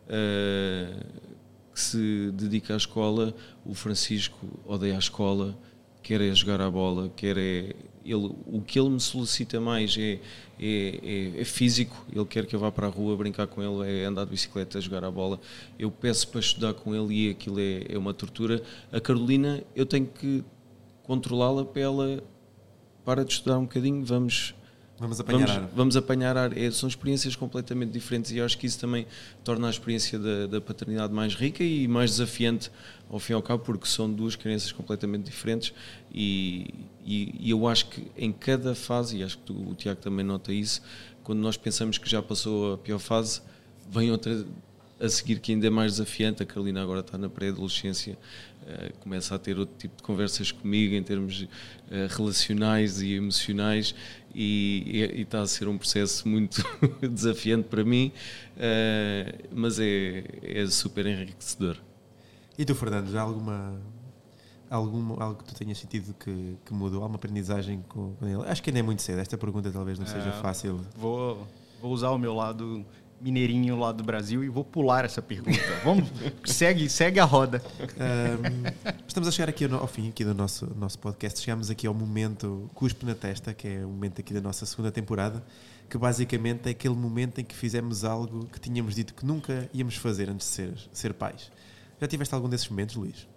uh, que se dedica à escola. O Francisco odeia a escola, quer é jogar a bola, quer é... Ele, o que ele me solicita mais é, é, é, é físico. Ele quer que eu vá para a rua brincar com ele, é andar de bicicleta, jogar a bola. Eu peço para estudar com ele e aquilo é, é uma tortura. A Carolina, eu tenho que controlá-la para ela para de estudar um bocadinho, vamos... Vamos apanhar vamos, ar. Vamos apanhar ar. É, são experiências completamente diferentes, e eu acho que isso também torna a experiência da, da paternidade mais rica e mais desafiante ao fim e ao cabo, porque são duas crianças completamente diferentes, e, e, e eu acho que em cada fase, e acho que tu, o Tiago também nota isso, quando nós pensamos que já passou a pior fase, vem outra a seguir que ainda é mais desafiante. A Carolina agora está na pré-adolescência, uh, começa a ter outro tipo de conversas comigo em termos uh, relacionais e emocionais, e, e, e está a ser um processo muito desafiante para mim, uh, mas é, é super enriquecedor. E tu, Fernando, já alguma, alguma algo que tu tenhas sentido que, que mudou? Alguma aprendizagem com, com ele? Acho que ainda é muito cedo, esta pergunta talvez não seja é, fácil. Vou, vou usar o meu lado mineirinho lá do Brasil e vou pular essa pergunta. Vamos, segue, segue a roda. Um, estamos a chegar aqui ao, ao fim aqui do nosso, nosso podcast. Chegamos aqui ao momento Cuspe na Testa, que é o momento aqui da nossa segunda temporada, que basicamente é aquele momento em que fizemos algo que tínhamos dito que nunca íamos fazer antes de ser, ser pais. Já tiveste algum desses momentos, Luís?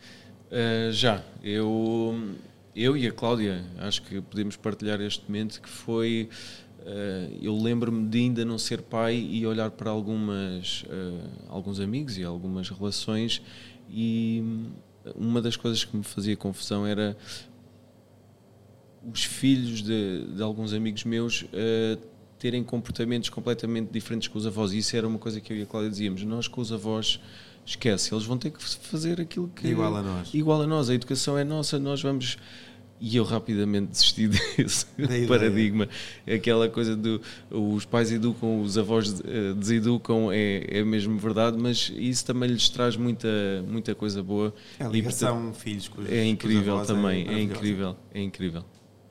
Uh, já. Eu, eu e a Cláudia, acho que podemos partilhar este momento, que foi... Uh, eu lembro-me de ainda não ser pai e olhar para algumas, uh, alguns amigos e algumas relações, e uma das coisas que me fazia confusão era os filhos de, de alguns amigos meus uh, terem comportamentos completamente diferentes com os avós. E isso era uma coisa que eu e a Cláudia dizíamos. Nós com os avós, esquece, eles vão ter que fazer aquilo que... Igual a nós. Igual a nós, a educação é nossa, nós vamos... E eu rapidamente desisti desse paradigma. Aquela coisa do os pais educam, os avós deseducam, é, é mesmo verdade, mas isso também lhes traz muita, muita coisa boa. A ligação filhos com os É incrível com os também, é, é incrível, é incrível.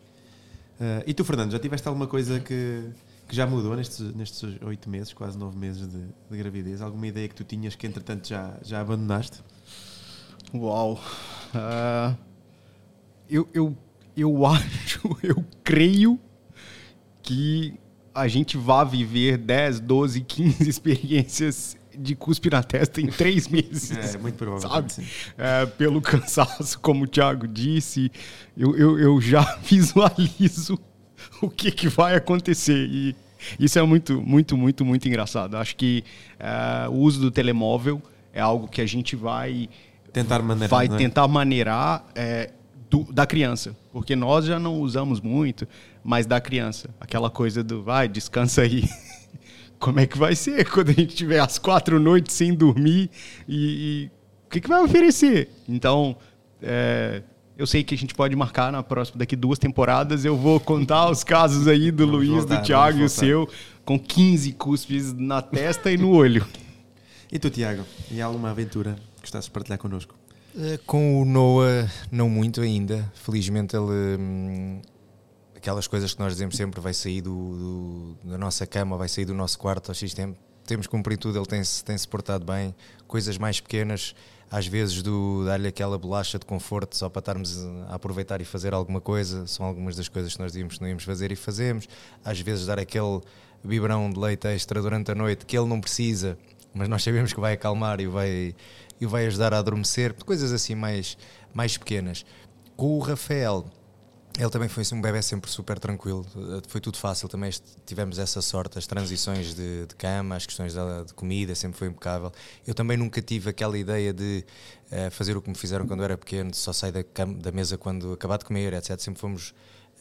Uh, e tu, Fernando, já tiveste alguma coisa que, que já mudou nestes nestes oito meses, quase nove meses de, de gravidez? Alguma ideia que tu tinhas que entretanto já, já abandonaste? Uau! Uh, eu, eu, eu acho, eu creio que a gente vai viver dez, doze, quinze experiências de cuspe na testa em três meses. É, muito provável. Sabe? É, pelo cansaço, como o Thiago disse, eu, eu, eu já visualizo o que, que vai acontecer. E isso é muito, muito, muito, muito engraçado. Acho que é, o uso do telemóvel é algo que a gente vai tentar maneirar, vai não é? tentar maneirar é, do, da criança. Porque nós já não usamos muito, mas da criança. Aquela coisa do, vai, descansa aí. Como é que vai ser quando a gente tiver as quatro noites sem dormir e, e o que, que vai oferecer? Então, é, eu sei que a gente pode marcar na próxima, daqui duas temporadas, eu vou contar os casos aí do vamos Luiz, voltar, do Thiago e o voltar. seu, com quinze cuspes na testa e no olho. E tu, Tiago? E há alguma aventura que gostasses de partilhar connosco? Uh, com o Noah, não muito ainda. Felizmente ele... Hum, aquelas coisas que nós dizemos sempre, vai sair do, do, da nossa cama, vai sair do nosso quarto ao X tempo, temos que cumprir tudo, ele tem-se tem-se portado bem, coisas mais pequenas, às vezes do dar-lhe aquela bolacha de conforto só para estarmos a aproveitar e fazer alguma coisa, são algumas das coisas que nós dizíamos que não íamos fazer e fazemos, às vezes dar aquele biberão de leite extra durante a noite que ele não precisa, mas nós sabemos que vai acalmar e vai, e vai ajudar a adormecer, coisas assim mais, mais pequenas. Com o Rafael, ele também foi assim, um bebê sempre super tranquilo, foi tudo fácil, também tivemos essa sorte, as transições de, de cama, as questões de, de comida, sempre foi impecável. Eu também nunca tive aquela ideia de uh, fazer o que me fizeram quando eu era pequeno, só sair da, cama, da mesa quando acabar de comer, etcétera. Sempre fomos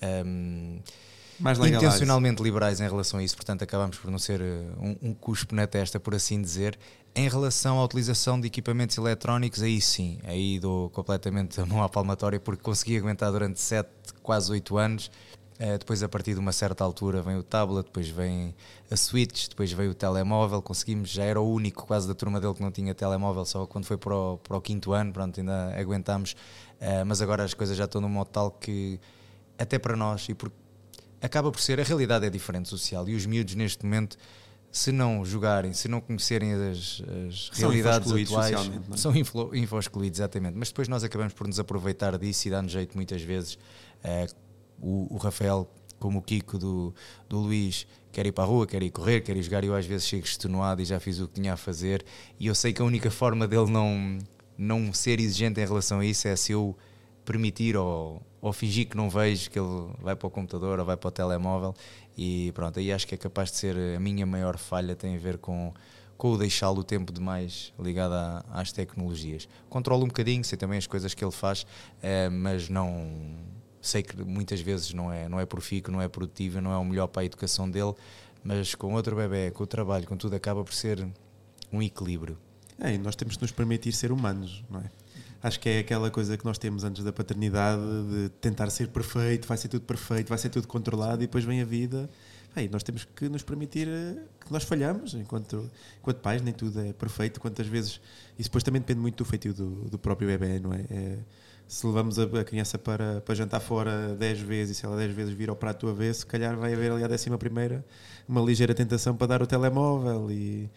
um, Mais intencionalmente liberais em relação a isso, portanto acabámos por não ser um, um cuspe na testa, por assim dizer. Em relação à utilização de equipamentos eletrónicos, aí sim, aí dou completamente a mão à palmatória, porque consegui aguentar durante sete, quase oito anos. Uh, depois, a partir de uma certa altura, vem o tablet, depois vem a Switch, depois veio o telemóvel. Conseguimos, já era o único quase da turma dele que não tinha telemóvel, só quando foi para o, para o quinto ano, pronto, ainda aguentámos. Uh, mas agora as coisas já estão num modo tal que, até para nós, e por, acaba por ser, a realidade é diferente social, e os miúdos neste momento, se não jogarem, se não conhecerem as, as realidades atuais, não é? são info, info-excluídos, exatamente. Mas depois nós acabamos por nos aproveitar disso e dar-nos jeito muitas vezes. Uh, o, o Rafael, como o Kiko do, do Luís, quer ir para a rua, quer ir correr, quer ir jogar, e eu às vezes chego extenuado e já fiz o que tinha a fazer, e eu sei que a única forma dele não, não ser exigente em relação a isso é se eu permitir ou, ou fingir que não vejo, que ele vai para o computador ou vai para o telemóvel. E pronto, aí acho que é capaz de ser a minha maior falha, tem a ver com, com o deixá-lo o tempo demais ligado a, às tecnologias. Controlo um bocadinho, sei também as coisas que ele faz, eh, mas não sei que muitas vezes não é, não é profícuo, não é produtivo, não é o melhor para a educação dele, mas com outro bebê, com o trabalho, com tudo, acaba por ser um equilíbrio. É, e nós temos que nos permitir ser humanos, não é? Acho que é aquela coisa que nós temos antes da paternidade, de tentar ser perfeito, vai ser tudo perfeito, vai ser tudo controlado, e depois vem a vida. Bem, nós temos que nos permitir que nós falhamos enquanto, enquanto pais, nem tudo é perfeito. Quantas vezes, isso depois também depende muito do feitio do, do próprio bebê, não é? É, se levamos a, a criança para, para jantar fora dez vezes, e se ela dez vezes vir ao prato do avesso, se calhar vai haver ali à décima primeira uma ligeira tentação para dar o telemóvel, e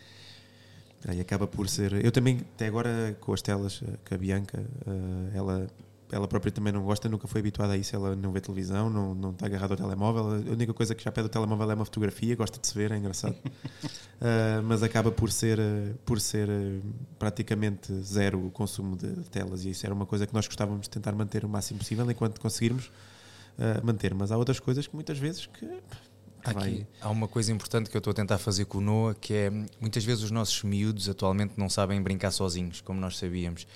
aí acaba por ser... Eu também, até agora, com as telas, com a Bianca, ela, ela própria também não gosta, nunca foi habituada a isso, ela não vê televisão, não, não está agarrada ao telemóvel, a única coisa que já pede o telemóvel é uma fotografia, gosta de se ver, é engraçado. uh, mas acaba por ser, por ser praticamente zero o consumo de telas, e isso era uma coisa que nós gostávamos de tentar manter o máximo possível, enquanto conseguirmos uh, manter, mas há outras coisas que muitas vezes que... Aqui, há uma coisa importante que eu estou a tentar fazer com o Noah, que é, muitas vezes os nossos miúdos atualmente não sabem brincar sozinhos, como nós sabíamos,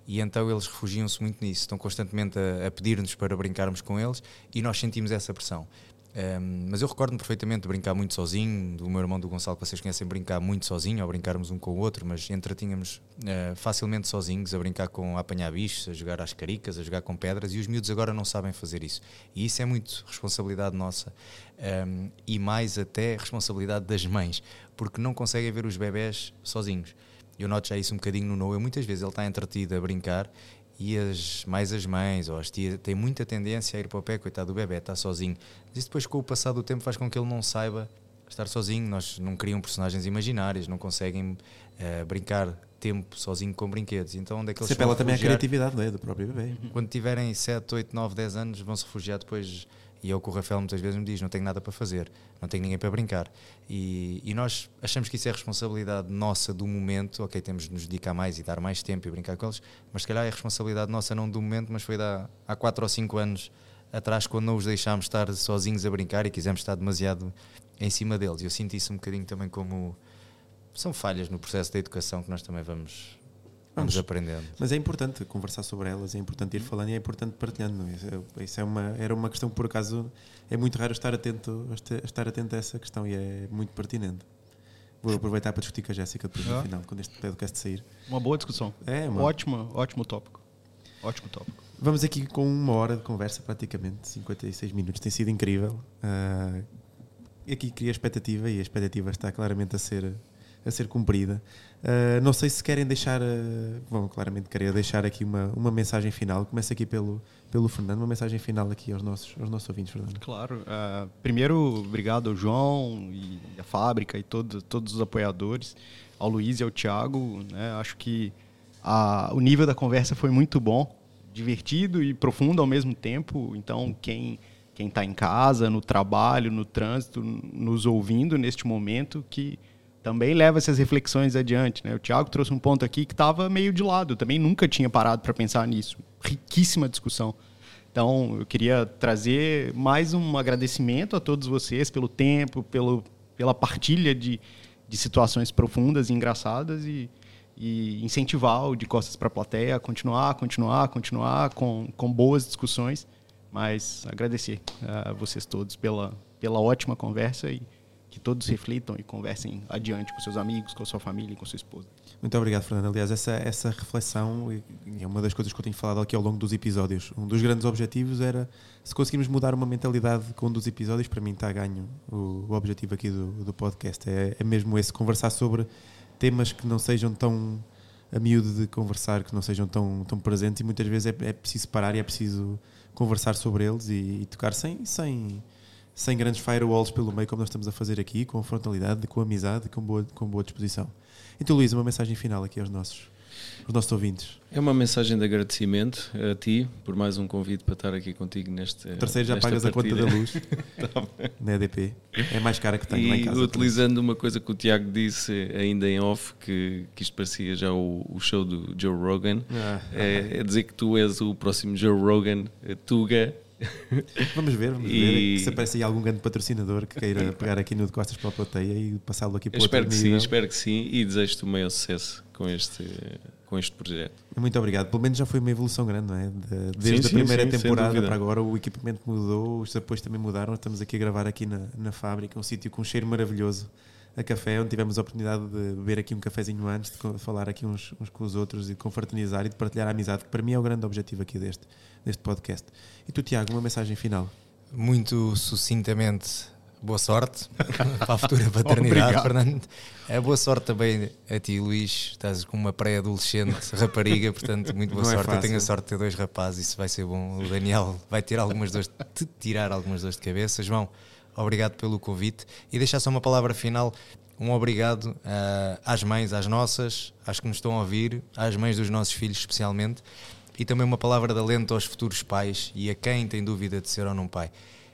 E então eles refugiam-se muito nisso, estão constantemente a, a pedir-nos para brincarmos com eles e nós sentimos essa pressão. Um, mas eu recordo-me perfeitamente de brincar muito sozinho, do meu irmão do Gonçalo, que vocês conhecem, brincar muito sozinho, ou brincarmos um com o outro, mas entretínhamos uh, facilmente sozinhos, a brincar com a apanhar bichos, a jogar às caricas, a jogar com pedras, e os miúdos agora não sabem fazer isso. E isso é muito responsabilidade nossa, um, e mais até responsabilidade das mães, porque não conseguem ver os bebés sozinhos. Eu noto já isso um bocadinho no Noah, muitas vezes ele está entretido a brincar, e as, mais as mães ou as tias têm muita tendência a ir para o pé, coitado do bebê, está sozinho. Mas isso depois, com o passar do tempo, faz com que ele não saiba estar sozinho. Nós não criam personagens imaginários, não conseguem uh, brincar tempo sozinho com brinquedos. Então, onde é que eles se apela também à refugiar? criatividade, não é? Do próprio bebê. Quando tiverem sete, oito, nove, dez anos, vão se refugiar depois. E é o que o Rafael muitas vezes me diz: não tenho nada para fazer, não tenho ninguém para brincar. E, e nós achamos que isso é responsabilidade nossa do momento. Ok, temos de nos dedicar mais e dar mais tempo e brincar com eles, mas se calhar é responsabilidade nossa não do momento, mas foi da, há quatro ou cinco anos atrás, quando não os deixámos estar sozinhos a brincar e quisemos estar demasiado em cima deles. E eu sinto isso um bocadinho também como... São falhas no processo da educação que nós também vamos... Vamos aprendendo. Mas é importante conversar sobre elas, é importante ir falando e é importante partilhando. Isso, é, isso é uma, era uma questão que, por acaso, é muito raro estar atento, estar atento a essa questão e é muito pertinente. Vou aproveitar para discutir com a Jéssica depois no ah. final, quando este podcast sair. Uma boa discussão. É, uma... Ótimo, ótimo tópico. Ótimo tópico. Vamos aqui com uma hora de conversa, praticamente, cinquenta e seis minutos. Tem sido incrível. Uh, aqui cria expectativa e a expectativa está claramente a ser... a ser cumprida. Uh, não sei se querem deixar, uh, vão claramente querer deixar aqui uma, uma mensagem final. Começa aqui pelo, pelo Fernando, uma mensagem final aqui aos nossos, aos nossos ouvintes, Fernando. Claro. Uh, primeiro, obrigado ao João e a fábrica e todo, todos os apoiadores, ao Luiz e ao Thiago. Né? Acho que a, o nível da conversa foi muito bom, divertido e profundo ao mesmo tempo. Então, quem quem está em casa, no trabalho, no trânsito, nos ouvindo neste momento, que também leva essas reflexões adiante, né? O Thiago trouxe um ponto aqui que estava meio de lado. Eu também nunca tinha parado para pensar nisso. Riquíssima discussão. Então, eu queria trazer mais um agradecimento a todos vocês pelo tempo, pelo, pela partilha de, de situações profundas e engraçadas e, e incentivar o De Costas para a Plateia a continuar, continuar, continuar com, com boas discussões. Mas agradecer a vocês todos pela, pela ótima conversa e que todos reflitam e conversem adiante com seus amigos, com a sua família e com a sua esposa. Muito obrigado, Fernando. Aliás, essa, essa reflexão é uma das coisas que eu tenho falado aqui ao longo dos episódios. Um dos grandes objetivos era, se conseguirmos mudar uma mentalidade com um dos episódios, para mim está a ganho o, o objetivo aqui do, do podcast. É, é mesmo esse, conversar sobre temas que não sejam tão a miúdo de conversar, que não sejam tão, tão presentes, e muitas vezes é, é preciso parar e é preciso conversar sobre eles e, e tocar sem... sem sem grandes firewalls pelo meio, como nós estamos a fazer aqui, com frontalidade, com amizade, com boa, com boa disposição. Então, Luís, uma mensagem final aqui aos nossos, aos nossos ouvintes. É uma mensagem de agradecimento a ti por mais um convite para estar aqui contigo neste o terceiro já pagas partida. A conta da luz na E D P, é mais cara que tenho e lá em casa. E utilizando uma coisa que o Tiago disse ainda em off, que, que isto parecia já o, o show do Joe Rogan, ah, é, é dizer que tu és o próximo Joe Rogan, Tuga. Vamos ver, vamos e... ver se aparece aí algum grande patrocinador que queira pegar aqui no De Costas para a Plateia e passá-lo aqui para o espero outro que nível. Sim, espero que sim, e desejo-te o maior sucesso com este, com este projeto. Muito obrigado, pelo menos já foi uma evolução grande, não é? De, desde sim, a primeira sim, temporada para agora o equipamento mudou, os apoios também mudaram. Estamos aqui a gravar aqui na, na fábrica, um sítio com um cheiro maravilhoso a café, onde tivemos a oportunidade de beber aqui um cafezinho antes, de falar aqui uns, uns com os outros e de confraternizar e de partilhar a amizade, que para mim é o grande objetivo aqui deste, deste podcast. E tu, Tiago, uma mensagem final? Muito sucintamente, boa sorte para a futura paternidade, Fernando. É boa sorte também a ti, Luís. Estás com uma pré-adolescente rapariga, portanto, muito boa Não sorte. É Eu tenho a sorte de ter dois rapazes, isso vai ser bom. O Daniel vai ter algumas dores, te tirar algumas dores de cabeça. João, obrigado pelo convite. E deixar só uma palavra final. Um obrigado uh, às mães, às nossas, às que nos estão a ouvir, às mães dos nossos filhos especialmente. E também uma palavra de alento aos futuros pais e a quem tem dúvida de ser ou não pai.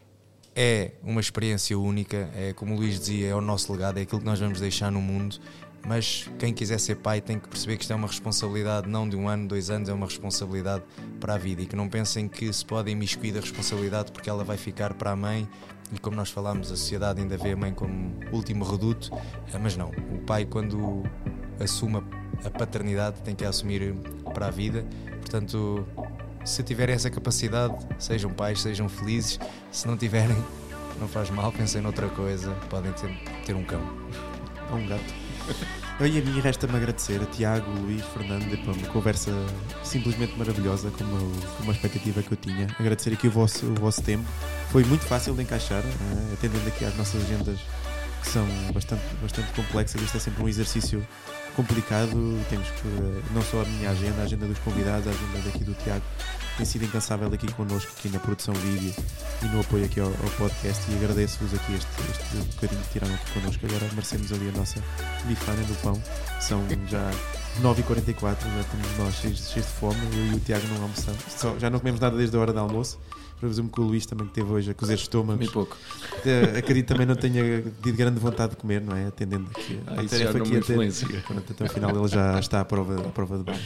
É uma experiência única, é como o Luís dizia, é o nosso legado, é aquilo que nós vamos deixar no mundo, mas quem quiser ser pai tem que perceber que isto é uma responsabilidade não de um ano, dois anos, é uma responsabilidade para a vida, e que não pensem que se podem imiscuir da responsabilidade porque ela vai ficar para a mãe, e como nós falámos, a sociedade ainda vê a mãe como último reduto, mas não, o pai quando assume a paternidade, têm que a assumir para a vida. Portanto, se tiverem essa capacidade, sejam pais, sejam felizes. Se não tiverem, não faz mal, pensem noutra coisa, podem ter, ter um cão. Ou um gato. Eu e a mim resta-me agradecer a Tiago, Luís, Fernando, e, pá, uma conversa simplesmente maravilhosa, como, como a expectativa que eu tinha. Agradecer aqui o vosso, o vosso tempo. Foi muito fácil de encaixar, uh, atendendo aqui às nossas agendas, que são bastante, bastante complexas. Isto é sempre um exercício complicado. Temos que, uh, não só a minha agenda, a agenda dos convidados, a agenda daqui do Tiago, tem sido incansável aqui connosco, aqui na produção vídeo e no apoio aqui ao, ao podcast, e agradeço-vos aqui este, este bocadinho que tiraram aqui connosco. Agora merecemos ali a nossa bifana do pão. São já nove e quarenta e quatro, já estamos nós cheios, cheios de fome. Eu e o Tiago não almoçamos, Só, já não comemos nada desde a hora do almoço. Presumo que o Luís também, que teve hoje a cozer estômagos, Muito pouco. Uh, acredito também não tenha tido grande vontade de comer, não é? Atendendo aqui Ah, a isso já não me influencia. Pronto, até ao final ele já está à prova, à prova de bem.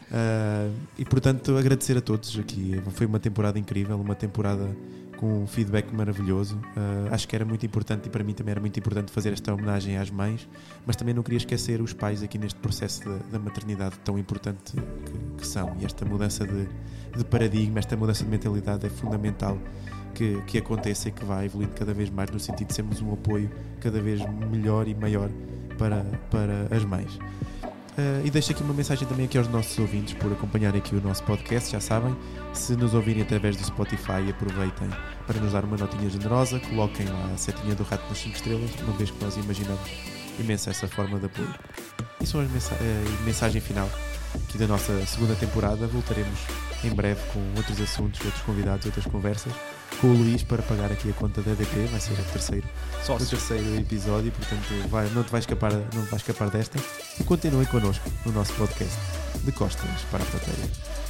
Uh, e portanto agradecer a todos aqui. Foi uma temporada incrível, uma temporada com um feedback maravilhoso. Uh, acho que era muito importante, e para mim também era muito importante, fazer esta homenagem às mães, mas também não queria esquecer os pais aqui neste processo da, da maternidade tão importante que, que são. E esta mudança de, de paradigma, esta mudança de mentalidade é fundamental que, que aconteça e que vá evoluindo cada vez mais, no sentido de sermos um apoio cada vez melhor e maior para, para as mães. Uh, e deixo aqui uma mensagem também aqui aos nossos ouvintes por acompanharem aqui o nosso podcast. Já sabem, se nos ouvirem através do Spotify, aproveitem para nos dar uma notinha generosa, coloquem lá a setinha do rato nas cinco estrelas, uma vez que nós imaginamos imensa essa forma de apoio. E só a mensa- uh, mensagem final aqui da nossa segunda temporada. Voltaremos em breve com outros assuntos, outros convidados, outras conversas com o Luís para pagar aqui a conta da E D P. Vai ser o terceiro, o terceiro episódio, portanto vai, não te vai escapar, não te vai escapar desta. E continuem connosco no nosso podcast De Costas para a Plateia.